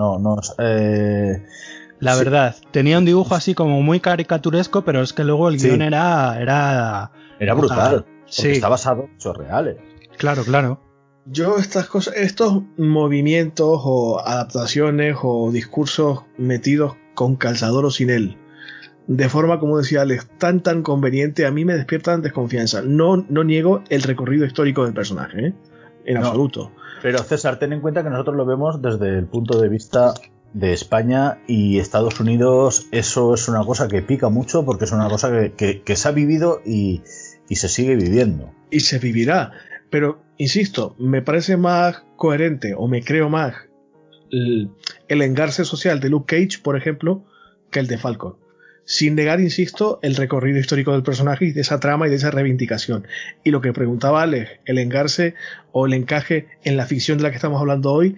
La verdad, tenía un dibujo así como muy caricaturesco, pero es que luego el guión era brutal. Sí. Está basado en hechos reales. Claro. Yo estos movimientos o adaptaciones o discursos metidos con calzador o sin él, de forma, como decía Alex, tan conveniente, a mí me despiertan desconfianza. No niego el recorrido histórico del personaje, en absoluto. Pero César, ten en cuenta que nosotros lo vemos desde el punto de vista de España y Estados Unidos. Eso es una cosa que pica mucho porque es una cosa que se ha vivido y se sigue viviendo. Y se vivirá. Pero, insisto, me parece más coherente o me creo más el engarce social de Luke Cage, por ejemplo, que el de Falcon. sin negar, insisto, el recorrido histórico del personaje y de esa trama y de esa reivindicación. Y lo que preguntaba Alex, el engarce o el encaje en la ficción de la que estamos hablando hoy,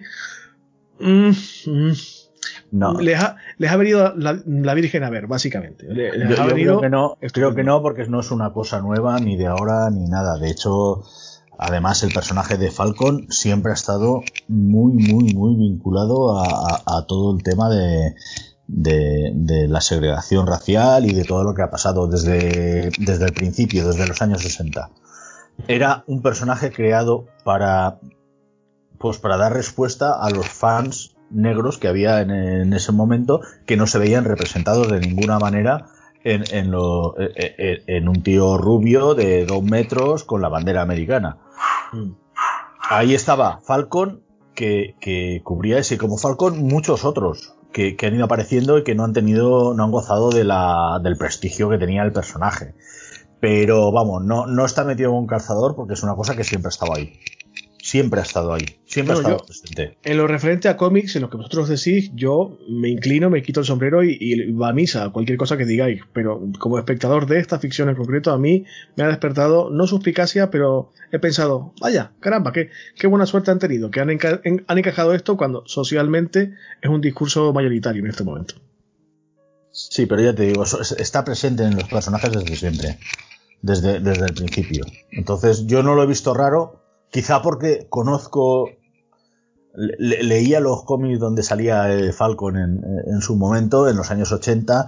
no. les ha venido la Virgen a ver, básicamente. Yo creo que no, porque no es una cosa nueva, ni de ahora, ni nada. De hecho, además, el personaje de Falcon siempre ha estado muy, muy, muy vinculado a todo el tema de la segregación racial y de todo lo que ha pasado desde el principio, desde los años 60. Era un personaje creado para dar respuesta a los fans negros que había en ese momento, que no se veían representados de ninguna manera en un tío rubio de 2 metros con la bandera americana. Ahí estaba Falcon, que cubría ese, como Falcon muchos otros que han ido apareciendo y que no han gozado del prestigio que tenía el personaje. Pero vamos, no está metido en un calzador, porque es una cosa que siempre ha estado ahí. Siempre ha estado ahí, siempre ha estado presente. En lo referente a cómics, en lo que vosotros decís, yo me inclino, me quito el sombrero y va a misa, cualquier cosa que digáis. Pero como espectador de esta ficción en concreto, a mí me ha despertado, no suspicacia, pero he pensado, vaya, caramba, qué buena suerte han tenido, que han encajado esto cuando socialmente es un discurso mayoritario en este momento. Sí, pero ya te digo, está presente en los personajes desde siempre, desde el principio. Entonces yo no lo he visto raro. Quizá porque conozco, leía los cómics donde salía Falcon en su momento, en los años 80,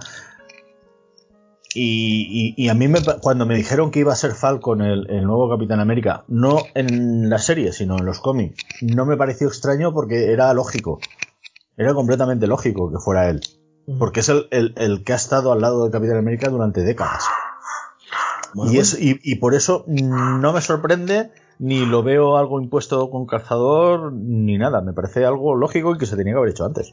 y a mí cuando me dijeron que iba a ser Falcon el nuevo Capitán América, no en la serie, sino en los cómics, no me pareció extraño porque era lógico, era completamente lógico que fuera él, porque es el que ha estado al lado del Capitán América durante décadas. Bueno, y por eso no me sorprende, ni lo veo algo impuesto con calzador, ni nada. Me parece algo lógico y que se tenía que haber hecho antes.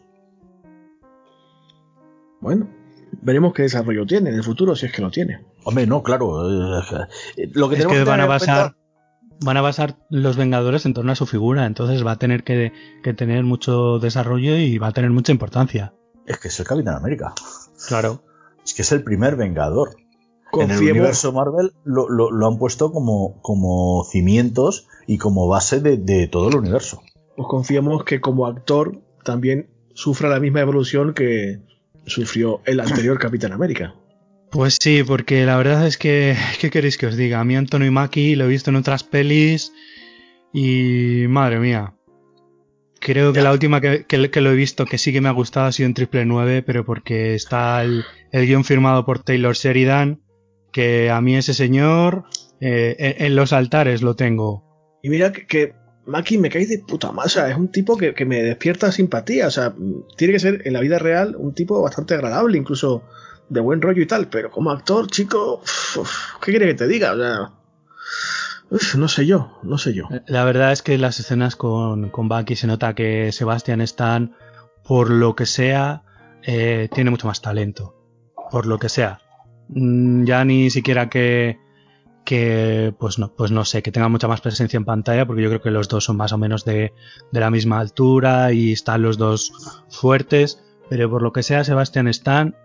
Bueno, veremos qué desarrollo tiene en el futuro, si es que lo tiene. Hombre, no, claro. Lo que tenemos que van a basar los Vengadores en torno a su figura, entonces va a tener que tener mucho desarrollo y va a tener mucha importancia. Es que es el Capitán América. Claro. Es que es el primer Vengador. En el universo Marvel lo han puesto como cimientos y como base de todo el universo. Pues confiamos que como actor también sufra la misma evolución que sufrió el anterior Capitán América. Pues sí, porque la verdad es que, ¿qué queréis que os diga? A mí Anthony Mackie lo he visto en otras pelis y madre mía. Creo que la última que lo he visto que sí que me ha gustado ha sido en 999, pero porque está el guión firmado por Taylor Sheridan, que a mí ese señor en los altares lo tengo. Y mira que Mackie me cae de puta masa, es un tipo que me despierta simpatía, o sea, tiene que ser en la vida real un tipo bastante agradable, incluso de buen rollo y tal, pero como actor, chico, ¿qué quiere que te diga? O sea, no sé yo. La verdad es que las escenas con Bucky se nota que Sebastian Stan, por lo que sea, tiene mucho más talento, por lo que sea. Ya ni siquiera que pues no sé, que tenga mucha más presencia en pantalla, porque yo creo que los dos son más o menos de la misma altura y están los dos fuertes, pero por lo que sea Sebastian Stan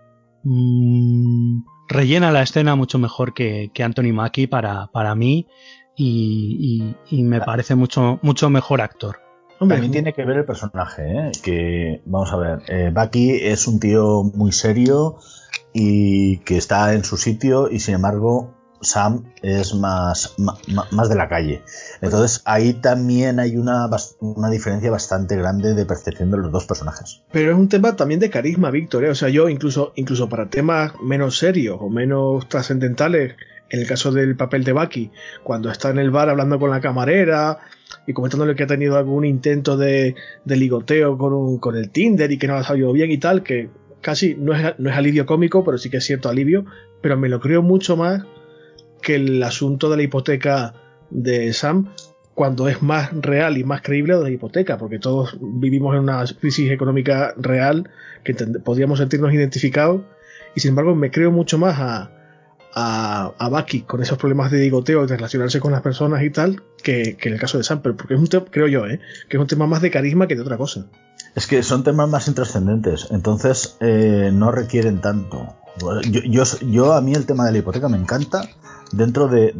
rellena la escena mucho mejor que Anthony Mackie para mí y me parece mucho mejor actor. También tiene que ver el personaje, que vamos a ver, Bucky es un tío muy serio y que está en su sitio, y sin embargo Sam es más de la calle. Entonces ahí también hay una diferencia bastante grande de percepción de los dos personajes. Pero es un tema también de carisma, Víctor, O sea, yo incluso para temas menos serios o menos trascendentales, en el caso del papel de Bucky, cuando está en el bar hablando con la camarera y comentándole que ha tenido algún intento de ligoteo con el Tinder y que no lo ha salido bien y tal, que casi no es alivio cómico, pero sí que es cierto alivio, pero me lo creo mucho más que el asunto de la hipoteca de Sam, cuando es más real y más creíble lo de la hipoteca, porque todos vivimos en una crisis económica real que podríamos sentirnos identificados, y sin embargo me creo mucho más a Bucky con esos problemas de ligoteo, de relacionarse con las personas y tal, que en el caso de Sam, pero porque es un tema, creo yo, que es un tema más de carisma que de otra cosa. Es que son temas más intrascendentes, entonces no requieren tanto. Yo a mí el tema de la hipoteca me encanta dentro de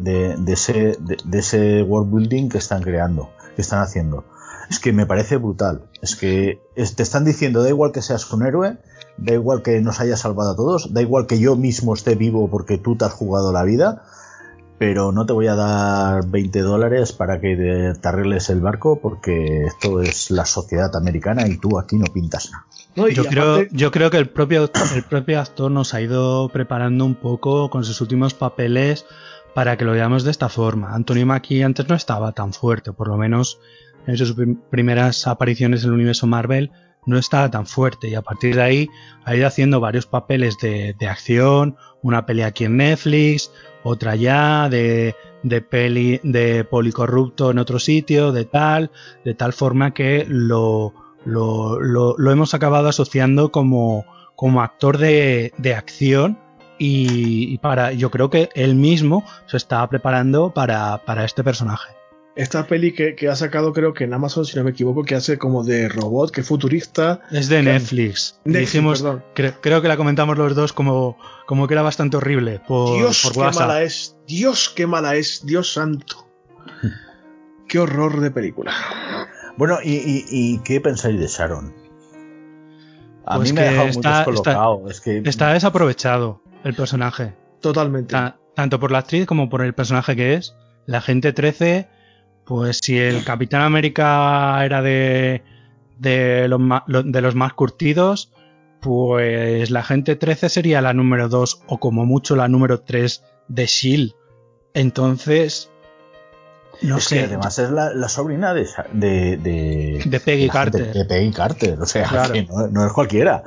ese world building que están creando, que están haciendo. Es que me parece brutal. Es que te están diciendo, da igual que seas un héroe, da igual que nos hayas salvado a todos, da igual que yo mismo esté vivo porque tú te has jugado la vida, pero no te voy a dar $20 para que te arregles el barco porque esto es la sociedad americana y tú aquí no pintas nada. No, yo creo que el propio actor nos ha ido preparando un poco con sus últimos papeles para que lo veamos de esta forma. Anthony Mackie antes no estaba tan fuerte, por lo menos en sus primeras apariciones en el universo Marvel no estaba tan fuerte, y a partir de ahí ha ido haciendo varios papeles de acción, una peli aquí en Netflix, otra ya de policorrupto en otro sitio, de tal forma que lo hemos acabado asociando como actor de acción, y yo creo que él mismo se estaba preparando para este personaje. Esta peli que ha sacado, creo que en Amazon, si no me equivoco, que hace como de robot, que futurista. Es de Netflix. Dijimos, creo que la comentamos los dos como que era bastante horrible por WhatsApp. Dios, qué mala es, Dios santo. Qué horror de película. Bueno, ¿y qué pensáis de Sharon? A pues mí me ha dejado muy descolocado. Está desaprovechado el personaje. Totalmente. Tanto por la actriz como por el personaje que es. La Agente 13... Pues si el Capitán América era de los más curtidos, pues la Agente 13 sería la número 2 o como mucho la número 3 de S.H.I.E.L.D. Entonces, no sé. Que además es la sobrina de Peggy Carter. De Peggy Carter, o sea, claro. Que no es cualquiera.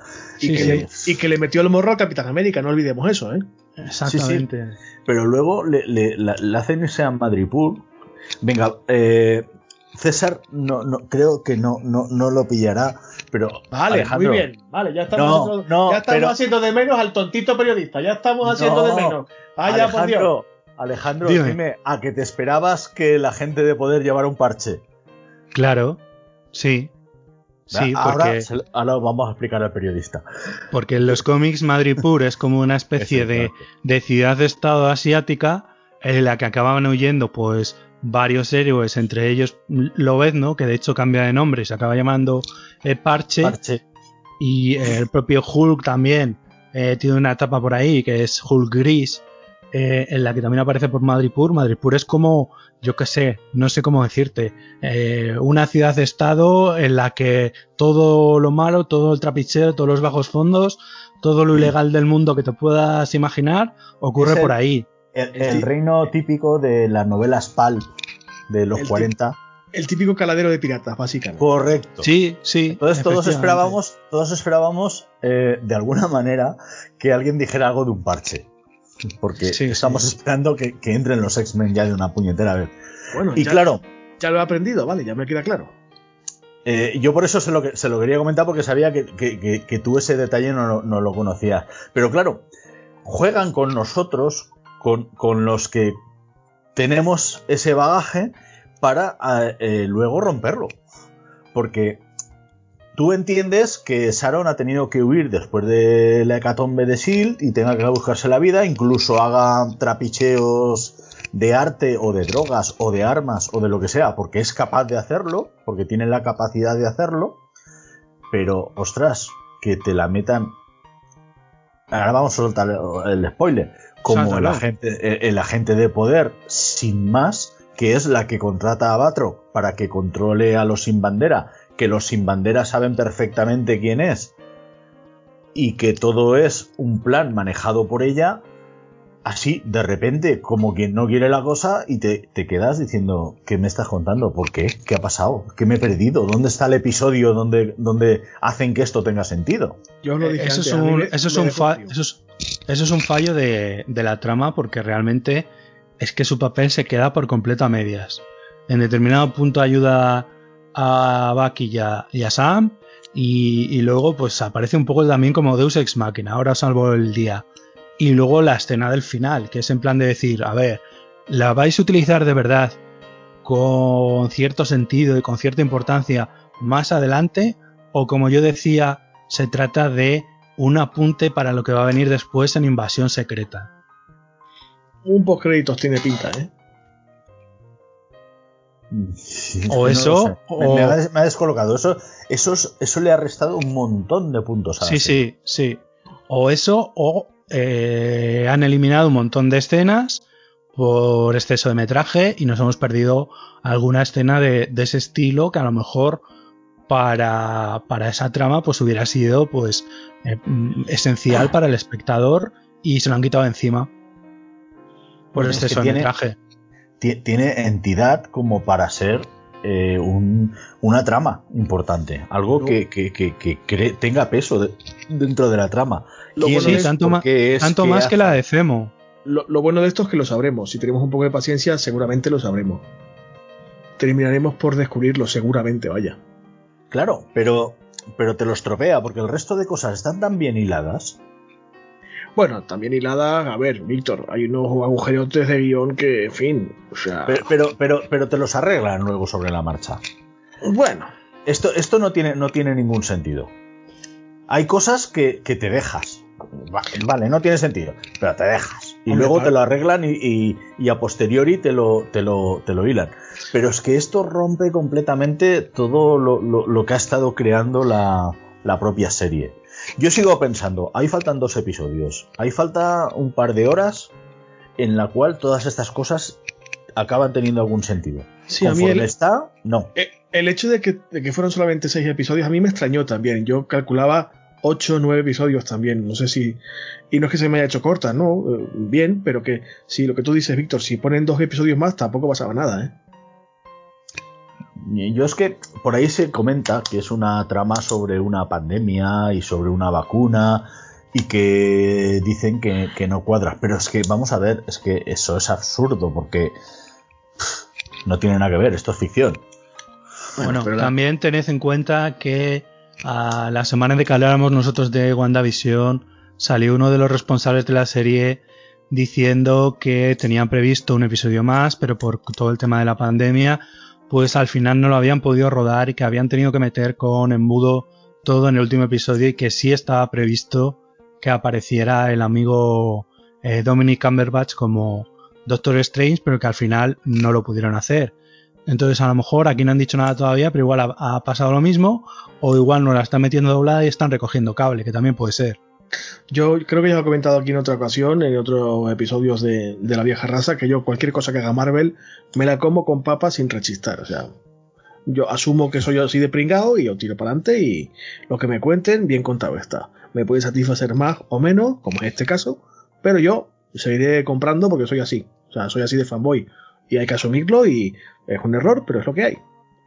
Y que le metió el morro al Capitán América, no olvidemos eso, ¿eh? Exactamente. Sí. Pero luego le hacen irse a Madripoor. Venga, César no creo que no lo pillará, pero vale, Alejandro, muy bien, vale, ya estamos haciendo de menos al tontito periodista, ya estamos haciendo de menos. Ya, por Dios. Alejandro, dime, ¿a que te esperabas que la gente de poder llevara un parche? Claro, sí. Sí, ahora vamos a explicar al periodista. Porque en los cómics Madripoor es como una especie de ciudad-estado asiática en la que acababan huyendo pues varios héroes, entre ellos Lobezno, que de hecho cambia de nombre y se acaba llamando Parche. Y el propio Hulk también tiene una etapa por ahí que es Hulk Gris, en la que también aparece por Madripoor. Madripoor es como, yo qué sé, no sé cómo decirte, una ciudad-estado en la que todo lo malo, todo el trapicheo, todos los bajos fondos, todo lo ilegal del mundo que te puedas imaginar ocurre por ahí. El reino típico de las novelas pulp de los 40. El típico caladero de piratas, básicamente. Correcto. Sí. Entonces todos esperábamos de alguna manera que alguien dijera algo de un parche. Porque estamos esperando que entren los X-Men ya de una puñetera vez. Bueno, y claro. Ya lo he aprendido, vale, ya me queda claro. Yo por eso se lo quería comentar, porque sabía que tú ese detalle no lo conocías. Pero claro, juegan con nosotros, con los que tenemos ese bagaje, para luego romperlo. Porque tú entiendes que Sharon ha tenido que huir después de la hecatombe de S.H.I.E.L.D. y tenga que buscarse la vida, incluso haga trapicheos de arte o de drogas o de armas o de lo que sea, porque es capaz de hacerlo, porque tiene la capacidad de hacerlo. Pero, ostras, que te la metan... Ahora vamos a soltar el spoiler. Como el agente de poder, sin más, que es la que contrata a Batroc para que controle a los sin bandera, que los sin bandera saben perfectamente quién es, y que todo es un plan manejado por ella, así, de repente, como quien no quiere la cosa, y te quedas diciendo, ¿qué me estás contando? ¿Por qué? ¿Qué ha pasado? ¿Qué me he perdido? ¿Dónde está el episodio donde hacen que esto tenga sentido? Yo lo dije eso es un fallo de la trama, porque realmente es que su papel se queda por completo a medias. En determinado punto ayuda a Bucky y a Sam, y luego pues aparece un poco también como Deus Ex Machina, ahora salvo el día. Y luego la escena del final, que es en plan de decir, a ver, ¿la vais a utilizar de verdad con cierto sentido y con cierta importancia más adelante? O como yo decía, se trata de un apunte para lo que va a venir después en Invasión Secreta. Un postcréditos tiene pinta, ¿eh? Sí, O eso, no lo sé. o... Me ha descolocado. Eso le ha restado un montón de puntos a la serie. Sí. O eso, o han eliminado un montón de escenas por exceso de metraje y nos hemos perdido alguna escena de ese estilo que a lo mejor para esa trama pues hubiera sido pues esencial para el espectador y se lo han quitado encima por exceso de metraje. Tiene entidad como para ser una trama importante, algo que tenga peso dentro de la trama. Tanto más que la de Zemo. Lo bueno de esto es que lo sabremos. Si tenemos un poco de paciencia, seguramente lo sabremos. Terminaremos por descubrirlo, seguramente, vaya. Claro, pero te lo estropea, porque el resto de cosas están tan bien hiladas. Bueno, también hilada, a ver, Víctor, hay unos agujerotes de guión que, en fin, o sea... Pero te los arreglan luego sobre la marcha. Bueno. Esto no tiene ningún sentido. Hay cosas que te dejas. Vale, no tiene sentido, pero te dejas. Y luego te lo arreglan y a posteriori te lo hilan. Pero es que esto rompe completamente todo lo que ha estado creando la propia serie. Yo sigo pensando, ahí faltan 2 episodios, ahí falta un par de horas en la cual todas estas cosas acaban teniendo algún sentido. Sí, conforme a mí está, no. El hecho de que fueran solamente 6 episodios a mí me extrañó también. Yo calculaba 8 o 9 episodios también. No sé si... Y no es que se me haya hecho corta, ¿no? Bien, pero que si lo que tú dices, Víctor, si ponen 2 episodios más tampoco pasaba nada, ¿eh? Yo es que por ahí se comenta que es una trama sobre una pandemia y sobre una vacuna y que dicen que no cuadra. Pero es que, vamos a ver, es que eso es absurdo porque no tiene nada que ver, esto es ficción. Bueno, también tened en cuenta que a la semana de que habláramos nosotros de WandaVision salió uno de los responsables de la serie diciendo que tenían previsto un episodio más, pero por todo el tema de la pandemia pues al final no lo habían podido rodar y que habían tenido que meter con embudo todo en el último episodio y que sí estaba previsto que apareciera el amigo Dominic Cumberbatch como Doctor Strange, pero que al final no lo pudieron hacer. Entonces a lo mejor aquí no han dicho nada todavía, pero igual ha pasado lo mismo, o igual no la están metiendo doblada y están recogiendo cable, que también puede ser. Yo creo que ya lo he comentado aquí en otra ocasión, en otros episodios de La Vieja Raza, que yo cualquier cosa que haga Marvel me la como con papas sin rechistar. O sea, yo asumo que soy así de pringao y yo tiro para adelante y lo que me cuenten, bien contado está. Me puede satisfacer más o menos, como en este caso, pero yo seguiré comprando porque soy así. O sea, soy así de fanboy y hay que asumirlo y es un error, pero es lo que hay.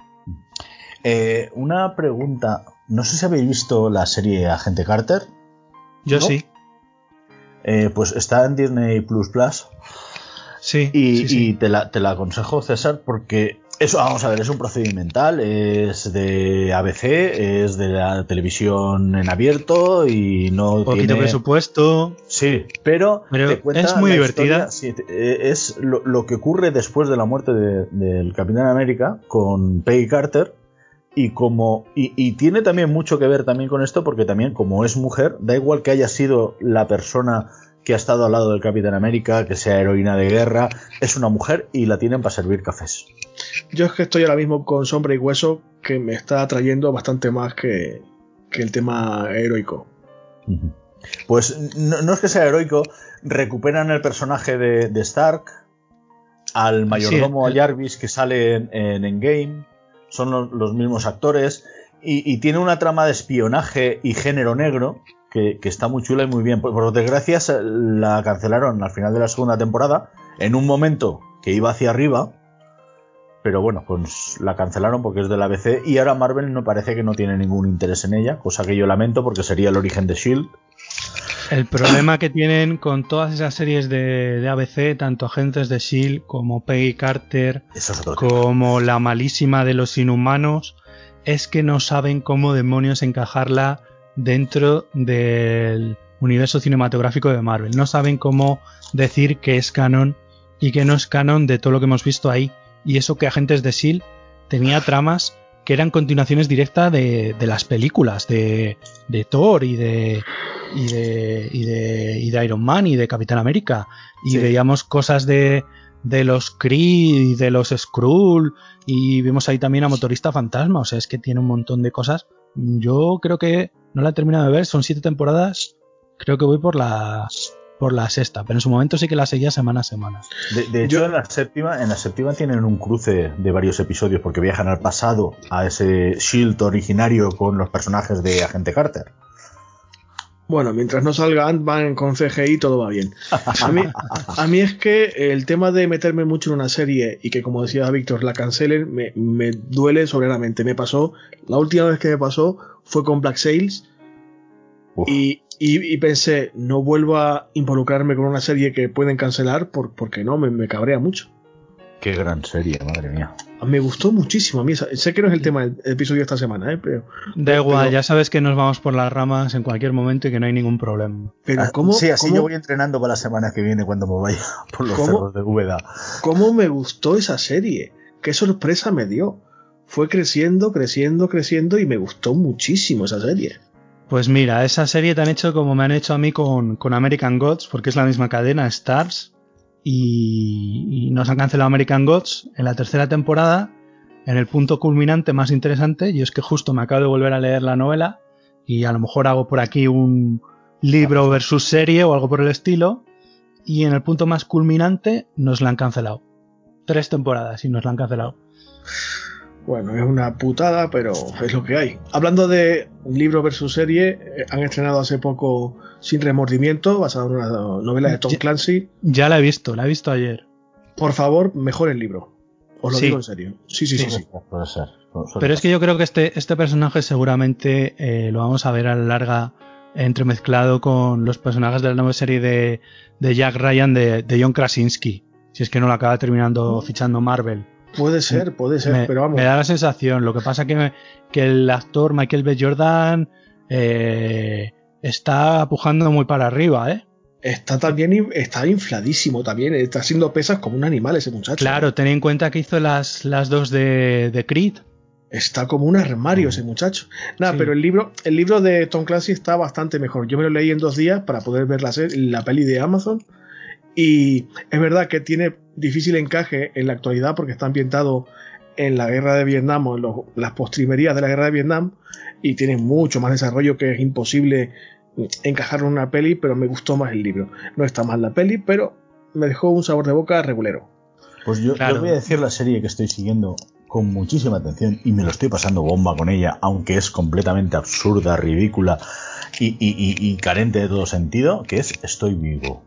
Una pregunta. No sé si habéis visto la serie Agente Carter. Yo ¿no? sí. Pues está en Disney Plus Plus. Sí. Y te la aconsejo, César, porque eso, vamos a ver, es un procedimental, es de ABC, es de la televisión en abierto y no poquito tiene presupuesto. Sí, pero te cuenta es muy divertida. Historia, sí, es lo que ocurre después de la muerte del Capitán América con Peggy Carter. Y tiene también mucho que ver también con esto, porque también como es mujer, da igual que haya sido la persona que ha estado al lado del Capitán América, que sea heroína de guerra, es una mujer y la tienen para servir cafés. Yo es que estoy ahora mismo con Sombra y Hueso, que me está atrayendo bastante más que el tema heroico. Pues no es que sea heroico, recuperan el personaje de Stark, al mayordomo Jarvis que sale en Endgame. Son los mismos actores y tiene una trama de espionaje y género negro que está muy chula y muy bien. Por desgracia la cancelaron al final de la segunda temporada en un momento que iba hacia arriba, pero bueno, pues la cancelaron porque es de la ABC y ahora Marvel no parece que no tiene ningún interés en ella, cosa que yo lamento porque sería el origen de S.H.I.E.L.D. El problema que tienen con todas esas series de ABC, tanto Agentes de S.H.I.E.L.D. como Peggy Carter, como la malísima de los Inhumanos, es que no saben cómo demonios encajarla dentro del universo cinematográfico de Marvel. No saben cómo decir que es canon y que no es canon de todo lo que hemos visto ahí. Y eso que Agentes de S.H.I.E.L.D. tenía tramas que eran continuaciones directas de las películas de Thor y de Iron Man y de Capitán América. Y Sí. veíamos cosas de los Kree y de los Skrull, y vimos ahí también a Motorista Fantasma. O sea, es que tiene un montón de cosas. Yo creo que no la he terminado de ver, son 7 temporadas, creo que voy por la sexta, pero en su momento sí que la seguía semana a semana. De hecho, en la séptima tienen un cruce de varios episodios porque viajan al pasado a ese Shield originario con los personajes de Agente Carter. Bueno, mientras no salga Ant-Man con CGI, todo va bien. A mí es que el tema de meterme mucho en una serie y que, como decía Víctor, la cancelen, me duele soberanamente. Me pasó, la última vez que me pasó fue con Black Sails y pensé, no vuelvo a involucrarme con una serie que pueden cancelar porque no, me cabrea mucho. Qué gran serie, madre mía. Me gustó muchísimo. A mí sé que no es el tema del episodio de esta semana, pero da igual, ya sabes que nos vamos por las ramas en cualquier momento y que no hay ningún problema. Pero ¿cómo? Sí, así ¿cómo? yo voy entrenando para la semana que viene cuando me vaya por los cerros de Úbeda. ¿Cómo me gustó esa serie? ¿Qué sorpresa me dio? Fue creciendo y me gustó muchísimo esa serie. Pues mira, esa serie te han hecho como me han hecho a mí con American Gods, porque es la misma cadena, Stars, y nos han cancelado American Gods en la tercera temporada, en el punto culminante más interesante, y es que justo me acabo de volver a leer la novela, y a lo mejor hago por aquí un libro versus serie o algo por el estilo, y en el punto más culminante nos la han cancelado. 3 temporadas y nos la han cancelado. Bueno, es una putada, pero es lo que hay. Hablando de libro versus serie, han estrenado hace poco Sin Remordimiento, basado en una novela de Tom Clancy. Ya la he visto ayer. Por favor, mejor el libro. Os lo Sí. digo en serio. Sí. Puede ser. Pero es que yo creo que este personaje seguramente lo vamos a ver a la larga entremezclado con los personajes de la nueva serie de Jack Ryan de John Krasinski. Si es que no lo acaba terminando fichando Marvel. Puede ser, pero vamos. Me da la sensación. Lo que pasa que el actor Michael B. Jordan está pujando muy para arriba, ¿eh? Está infladísimo también, está haciendo pesas como un animal ese muchacho. Claro, ten en cuenta que hizo las 2 de Creed. Está como un armario ese muchacho. Nada, sí. Pero el libro de Tom Clancy está bastante mejor. Yo me lo leí en 2 días para poder ver la peli de Amazon. Y es verdad que tiene difícil encaje en la actualidad porque está ambientado en la guerra de Vietnam o en las postrimerías de la guerra de Vietnam y tiene mucho más desarrollo que es imposible encajarlo en una peli, pero me gustó más el libro. No está mal la peli, pero me dejó un sabor de boca regulero. Pues yo voy a decir la serie que estoy siguiendo con muchísima atención y me lo estoy pasando bomba con ella, aunque es completamente absurda, ridícula y carente de todo sentido, que es Estoy Vivo.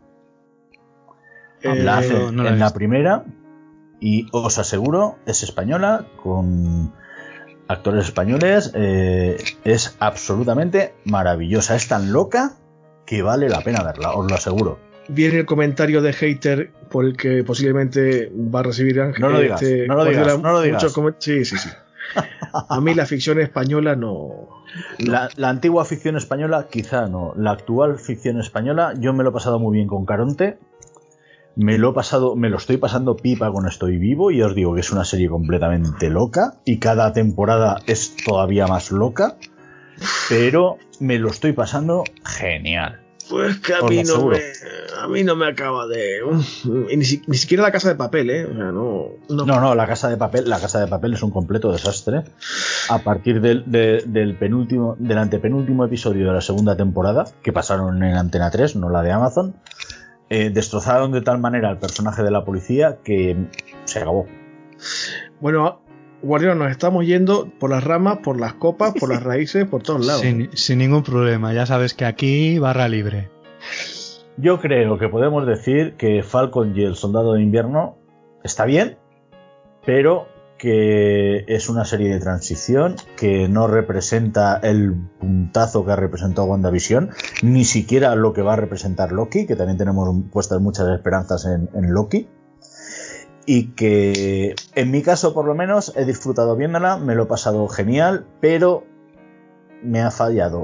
La hace en la primera y os aseguro es española con actores españoles, es absolutamente maravillosa, es tan loca que vale la pena verla, os lo aseguro. Viene el comentario de hater por el que posiblemente va a recibir Ángel. No lo digas. Sí. A mí la ficción española no. La antigua ficción española quizá no, la actual ficción española yo me lo he pasado muy bien con Caronte. Me lo estoy pasando pipa con Estoy Vivo y os digo que es una serie completamente loca y cada temporada es todavía más loca, pero me lo estoy pasando genial. Pues que a mí no me acaba de... Ni siquiera La Casa de Papel, ¿eh? O sea, No, La Casa de Papel es un completo desastre. A partir del antepenúltimo episodio de la segunda temporada, que pasaron en Antena 3, no la de Amazon, destrozaron de tal manera al personaje de la policía que se acabó. Bueno, Guardián, nos estamos yendo por las ramas, por las copas, por las raíces, por todos lados. Sin ningún problema, ya sabes que aquí barra libre. Yo creo que podemos decir que Falcon y el Soldado de Invierno está bien, pero que es una serie de transición que no representa el puntazo que ha representado WandaVision, ni siquiera lo que va a representar Loki, que también tenemos puestas muchas esperanzas en Loki, y que en mi caso por lo menos he disfrutado viéndola, me lo he pasado genial, pero me ha fallado,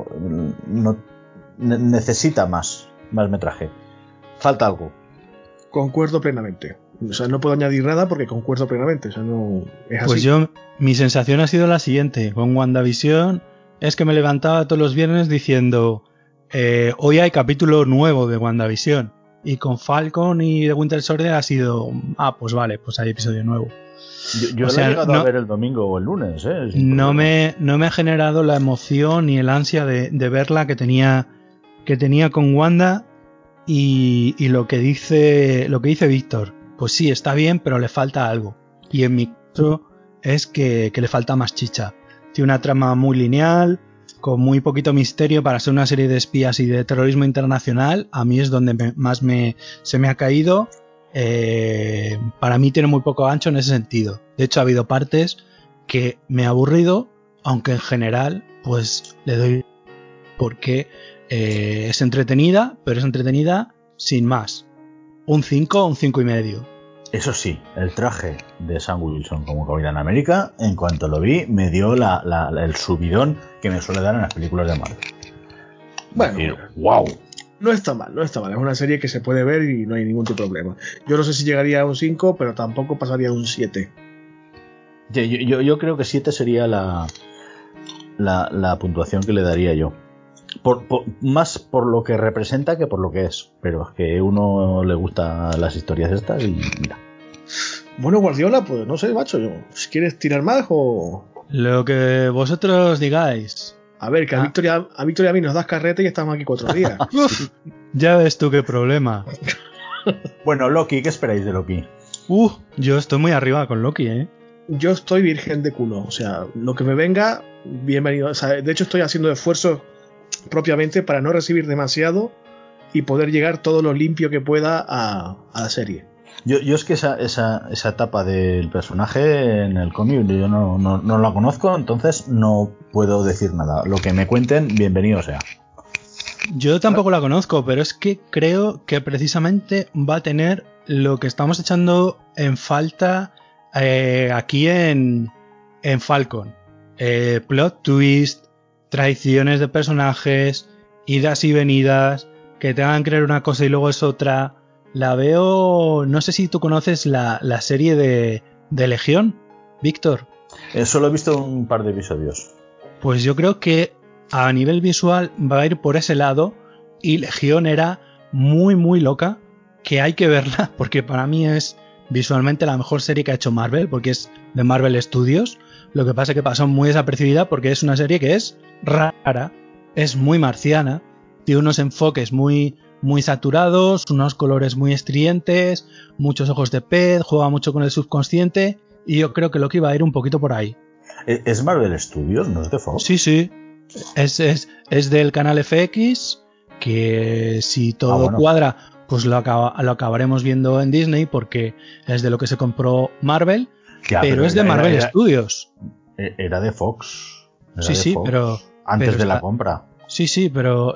necesita más metraje, falta algo. Concuerdo plenamente. O sea, no puedo añadir nada porque concuerdo plenamente. O sea, no es así. Pues mi sensación ha sido la siguiente. Con WandaVision es que me levantaba todos los viernes diciendo hoy hay capítulo nuevo de WandaVision. Y con Falcon y The Winter Soldier ha sido, pues vale, pues hay episodio nuevo. Yo lo he llegado a ver el domingo o el lunes, no me ha generado la emoción ni el ansia de verla que tenía con Wanda y lo que dice Víctor. Pues sí, está bien, pero le falta algo. Y en mi caso es que le falta más chicha. Tiene una trama muy lineal, con muy poquito misterio para ser una serie de espías y de terrorismo internacional. A mí es donde más se me ha caído. Para mí tiene muy poco ancho en ese sentido. De hecho, ha habido partes que me ha aburrido, aunque en general, pues le doy porque es entretenida, pero es entretenida sin más. Un 5 o un 5,5. Eso sí, el traje de Sam Wilson como Capitán América, en cuanto lo vi, me dio el subidón que me suele dar en las películas de Marvel. Bueno, decir, wow. No está mal. Es una serie que se puede ver y no hay ningún tipo de problema. Yo no sé si llegaría a un 5, pero tampoco pasaría a un 7. Yo creo que 7 sería la puntuación que le daría yo. Más por lo que representa que por lo que es. Pero es que a uno le gustan las historias estas y mira. Bueno, Guardiola, pues no sé, macho. ¿Quieres tirar más o...? Lo que vosotros digáis. A ver, que a Víctor y a mí nos das carrete y estamos aquí 4 días. Ya ves tú qué problema. Bueno, Loki, ¿qué esperáis de Loki? Yo estoy muy arriba con Loki, ¿eh? Yo estoy virgen de culo. O sea, lo que me venga, bienvenido. O sea, de hecho, estoy haciendo esfuerzos propiamente para no recibir demasiado y poder llegar todo lo limpio que pueda a la serie. Yo es que esa etapa del personaje en el cómic yo no la conozco, entonces no puedo decir nada. Lo que me cuenten, bienvenido sea. Yo tampoco la conozco, pero es que creo que precisamente va a tener lo que estamos echando en falta aquí en Falcon. Plot twist, traiciones de personajes, idas y venidas, que te hagan creer una cosa y luego es otra. La veo... No sé si tú conoces la serie de Legión, Víctor. Solo he visto un par de episodios. Pues yo creo que a nivel visual va a ir por ese lado y Legión era muy muy loca, que hay que verla porque para mí es visualmente la mejor serie que ha hecho Marvel, porque es de Marvel Studios. Lo que pasa es que pasó muy desapercibida porque es una serie que es rara, es muy marciana, tiene unos enfoques muy saturados, unos colores muy estridentes, muchos ojos de pez, juega mucho con el subconsciente y yo creo que Loki va a ir un poquito por ahí. ¿Es Marvel Studios? ¿No es de Fox? Sí. Es del canal FX, que si todo cuadra, pues lo acabaremos viendo en Disney porque es de lo que se compró Marvel, pero es de Marvel Studios. Era de Fox. Sí, pero... Antes de la compra. Sí, pero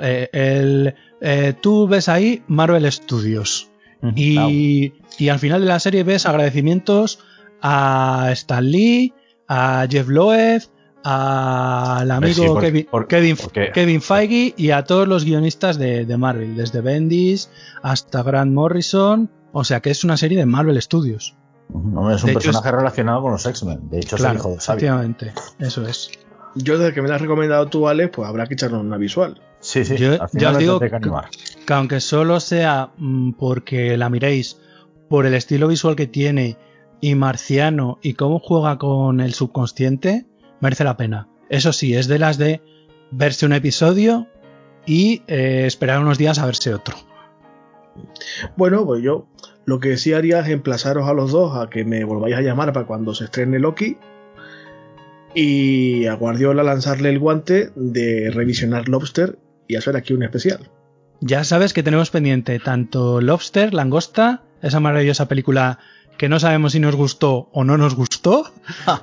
tú ves ahí Marvel Studios y al final de la serie ves agradecimientos a Stan Lee, a Jeff Loeb, al amigo Kevin Feige y a todos los guionistas de Marvel, desde Bendis hasta Grant Morrison, o sea que es una serie de Marvel Studios. No, es un personaje relacionado con los X-Men, de hecho claro, es el hijo de Xavier. Efectivamente, eso es. Yo desde que me la has recomendado tú, Alex, pues habrá que echarnos una visual. Sí, yo os digo que aunque solo sea porque la miréis por el estilo visual que tiene y marciano y cómo juega con el subconsciente, merece la pena. Eso sí, es de las de verse un episodio y esperar unos días a verse otro. Bueno, pues yo lo que sí haría es emplazaros a los dos a que me volváis a llamar para cuando se estrene Loki y a Guardiola lanzarle el guante de revisionar Lobster y hacer aquí un especial. Ya sabes que tenemos pendiente tanto Lobster, Langosta, esa maravillosa película que no sabemos si nos gustó o no nos gustó,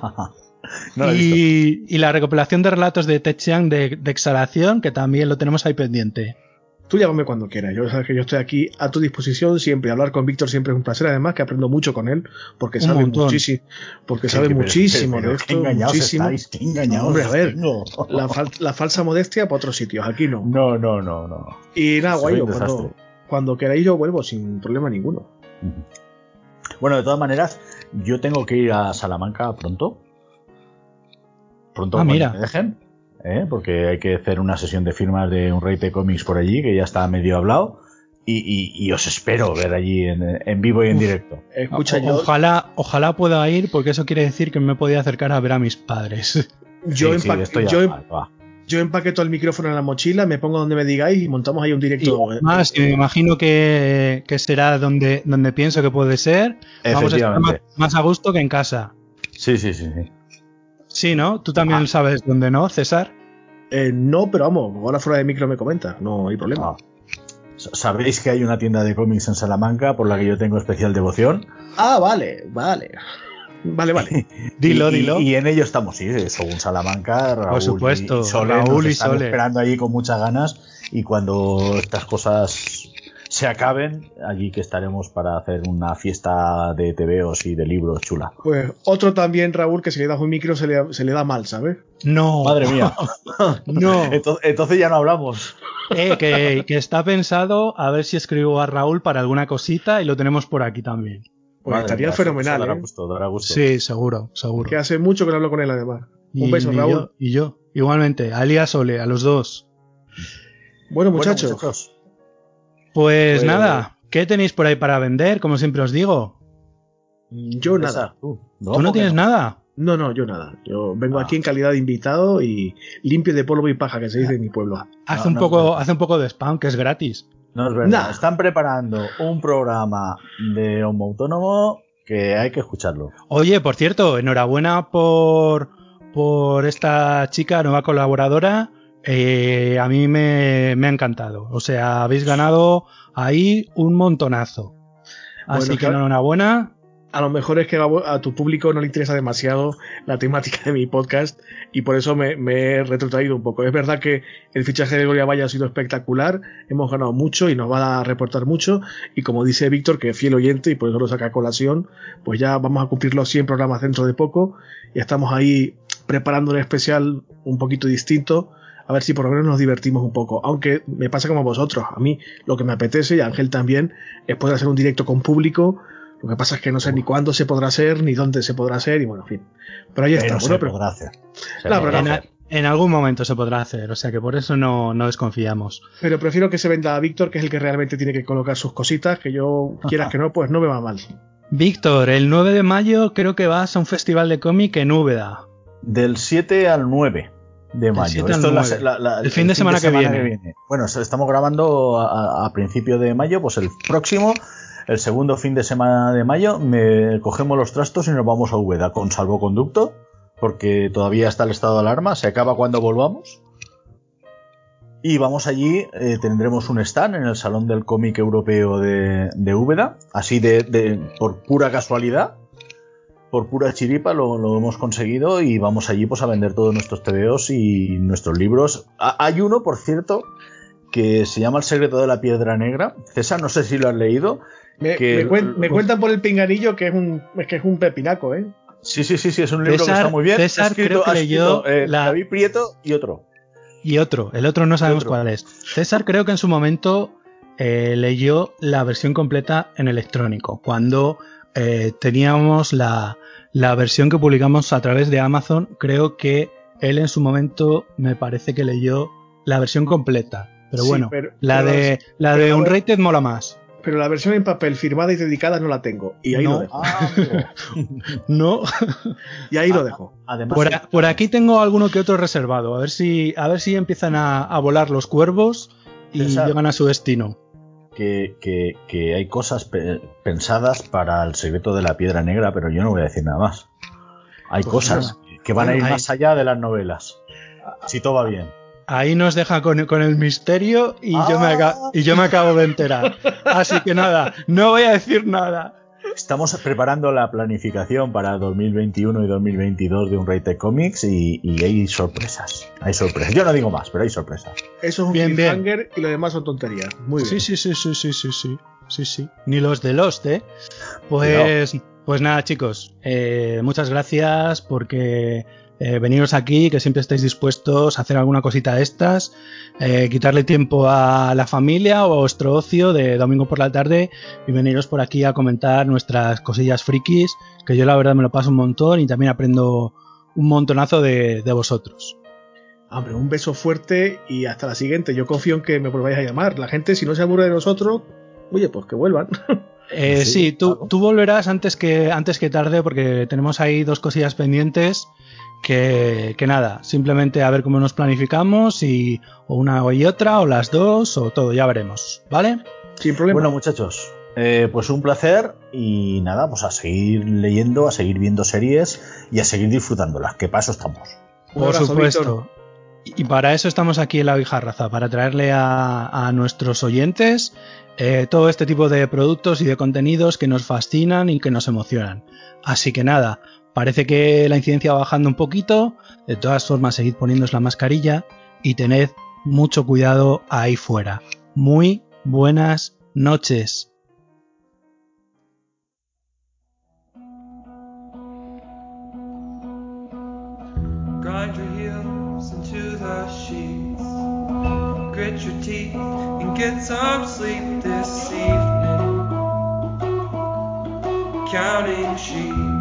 y la recopilación de relatos de Ted Chiang de Exhalación, que también lo tenemos ahí pendiente. Tú llámame cuando quieras, yo sabes que yo estoy aquí a tu disposición siempre. Hablar con Víctor siempre es un placer, además que aprendo mucho con él porque sabe muchísimo, de esto, muchísimo. Qué engañados. Hombre, a ver, la falsa modestia para otros sitios, aquí no. No. Y nada, guay, cuando queráis yo vuelvo sin problema ninguno. Bueno, de todas maneras, yo tengo que ir a Salamanca pronto. Cuando mira. me dejen. Porque hay que hacer una sesión de firmas de un Unrated Comics por allí, que ya está medio hablado. Y os espero ver allí en vivo y en directo. Escucha, Ojalá pueda ir, porque eso quiere decir que me podía acercar a ver a mis padres. Yo empaqueto el micrófono en la mochila, me pongo donde me digáis y montamos ahí un directo. Más, me imagino que será donde pienso que puede ser. Vamos a estar más a gusto que en casa. Sí. Sí, ¿no? Tú también sabes dónde, ¿no, César? No, pero vamos, ahora fuera de micro me comenta, no hay problema. Sabéis que hay una tienda de cómics en Salamanca por la que yo tengo especial devoción. Vale. Dilo. Y en ello estamos, sí, según Salamanca, Raúl, por supuesto, y Sole Raúl nos y están Sole esperando allí con muchas ganas, y cuando estas cosas se acaben, allí que estaremos para hacer una fiesta de tebeos y de libros chula. Pues otro también, Raúl, que si le das un micro se le da mal, ¿sabes? No. Madre mía. No. Entonces ya no hablamos. Que está pensado a ver si escribo a Raúl para alguna cosita y lo tenemos por aquí también. Pues estaría fenomenal, dará gusto. Sí, seguro. Que hace mucho que no hablo con él, además. Un beso, Raúl. Yo. Igualmente, a Elia Sole, a los dos. Bueno, muchachos. Pues nada, ¿qué tenéis por ahí para vender? Como siempre os digo. Yo nada. ¿Tú no tienes nada? No, yo nada. Yo vengo aquí en calidad de invitado y limpio de polvo y paja, que se dice en mi pueblo. Hace un poco de spam, que es gratis. No es verdad. Están preparando un programa de Homo Autónomo que hay que escucharlo. Oye, por cierto, enhorabuena por esta chica nueva colaboradora. A mí me ha encantado. O sea, habéis ganado ahí un montonazo. Así que enhorabuena. A lo mejor es que a tu público no le interesa demasiado la temática de mi podcast y por eso me he retrotraído un poco. Es verdad que el fichaje de Gloria Valla ha sido espectacular, hemos ganado mucho y nos va a reportar mucho, y como dice Víctor, que es fiel oyente y por eso lo saca a colación, pues ya vamos a cumplir los 100 programas dentro de poco y estamos ahí preparando un especial un poquito distinto, a ver si por lo menos nos divertimos un poco, aunque me pasa como vosotros, a mí lo que me apetece, y a Ángel también, es poder hacer un directo con público. Lo que pasa es que no sé ni cuándo se podrá hacer, ni dónde se podrá hacer, y bueno, en fin. Pero ahí está. Se podrá hacer. En algún momento se podrá hacer, o sea que por eso no desconfiamos. Pero prefiero que se venda a Víctor, que es el que realmente tiene que colocar sus cositas, que yo, quieras que no, pues no me va mal. Víctor, el 9 de mayo creo que vas a un festival de cómic en Úbeda. Del 7 al 9 de mayo. Esto es el fin de semana que viene. Bueno, estamos grabando a principio de mayo, pues el próximo... El segundo fin de semana de mayo cogemos los trastos y nos vamos a Úbeda con salvoconducto, porque todavía está el estado de alarma, se acaba cuando volvamos. Y vamos allí, tendremos un stand en el Salón del Cómic Europeo de Úbeda, así por pura casualidad, por pura chiripa lo hemos conseguido, y vamos allí pues a vender todos nuestros tebeos y nuestros libros. Hay uno, por cierto, que se llama El secreto de la piedra negra. César, no sé si lo has leído. Me cuentan por el pinganillo que es un pepinaco, ¿eh? Sí, es un libro que está muy bien. César creo que leyó David Prieto y otro. El otro no sabemos cuál es. César creo que en su momento leyó la versión completa en electrónico, cuando teníamos la versión que publicamos a través de Amazon. Creo que él en su momento me parece que leyó la versión completa. Pero sí, bueno, la de Unrated mola más. Pero la versión en papel firmada y dedicada no la tengo. Y ahí lo dejo. No. Y ahí lo dejo. Además, por aquí tengo alguno que otro reservado. A ver si empiezan a volar los cuervos y llegan a su destino. Que hay cosas pensadas para El secreto de la piedra negra, pero yo no voy a decir nada más. Hay cosas que van a ir más allá de las novelas. Si todo va bien. Ahí nos deja con el misterio y yo me acabo de enterar. Así que nada, no voy a decir nada. Estamos preparando la planificación para 2021 y 2022 de Unrated Comics y hay sorpresas. Hay sorpresas. Yo no digo más, pero hay sorpresas. Eso es un cliffhanger y lo demás son tonterías. Muy bien. Sí. Ni los de Lost, ¿eh? Pues nada, chicos. Muchas gracias porque veniros aquí, que siempre estáis dispuestos a hacer alguna cosita de estas, quitarle tiempo a la familia o a vuestro ocio de domingo por la tarde y veniros por aquí a comentar nuestras cosillas frikis, que yo la verdad me lo paso un montón y también aprendo un montonazo de vosotros. Hombre, un beso fuerte y hasta la siguiente. Yo confío en que me volváis a llamar. La gente, si no se aburre de nosotros, oye, pues que vuelvan. Sí, tú volverás antes que tarde, porque tenemos ahí 2 cosillas pendientes que nada, simplemente a ver cómo nos planificamos, y o una y otra, o las 2, o todo, ya veremos, ¿vale? Sin problema. Bueno, muchachos, pues un placer y nada, pues a seguir leyendo, a seguir viendo series y a seguir disfrutándolas, que para eso estamos. Por supuesto. Y para eso estamos aquí en La Guijarraza, para traerle a nuestros oyentes todo este tipo de productos y de contenidos que nos fascinan y que nos emocionan. Así que nada, parece que la incidencia va bajando un poquito. De todas formas, seguid poniéndoos la mascarilla y tened mucho cuidado ahí fuera. Muy buenas noches. Grind your heels into the sheets, grit your teeth and get some sleep this evening. Counting sheep.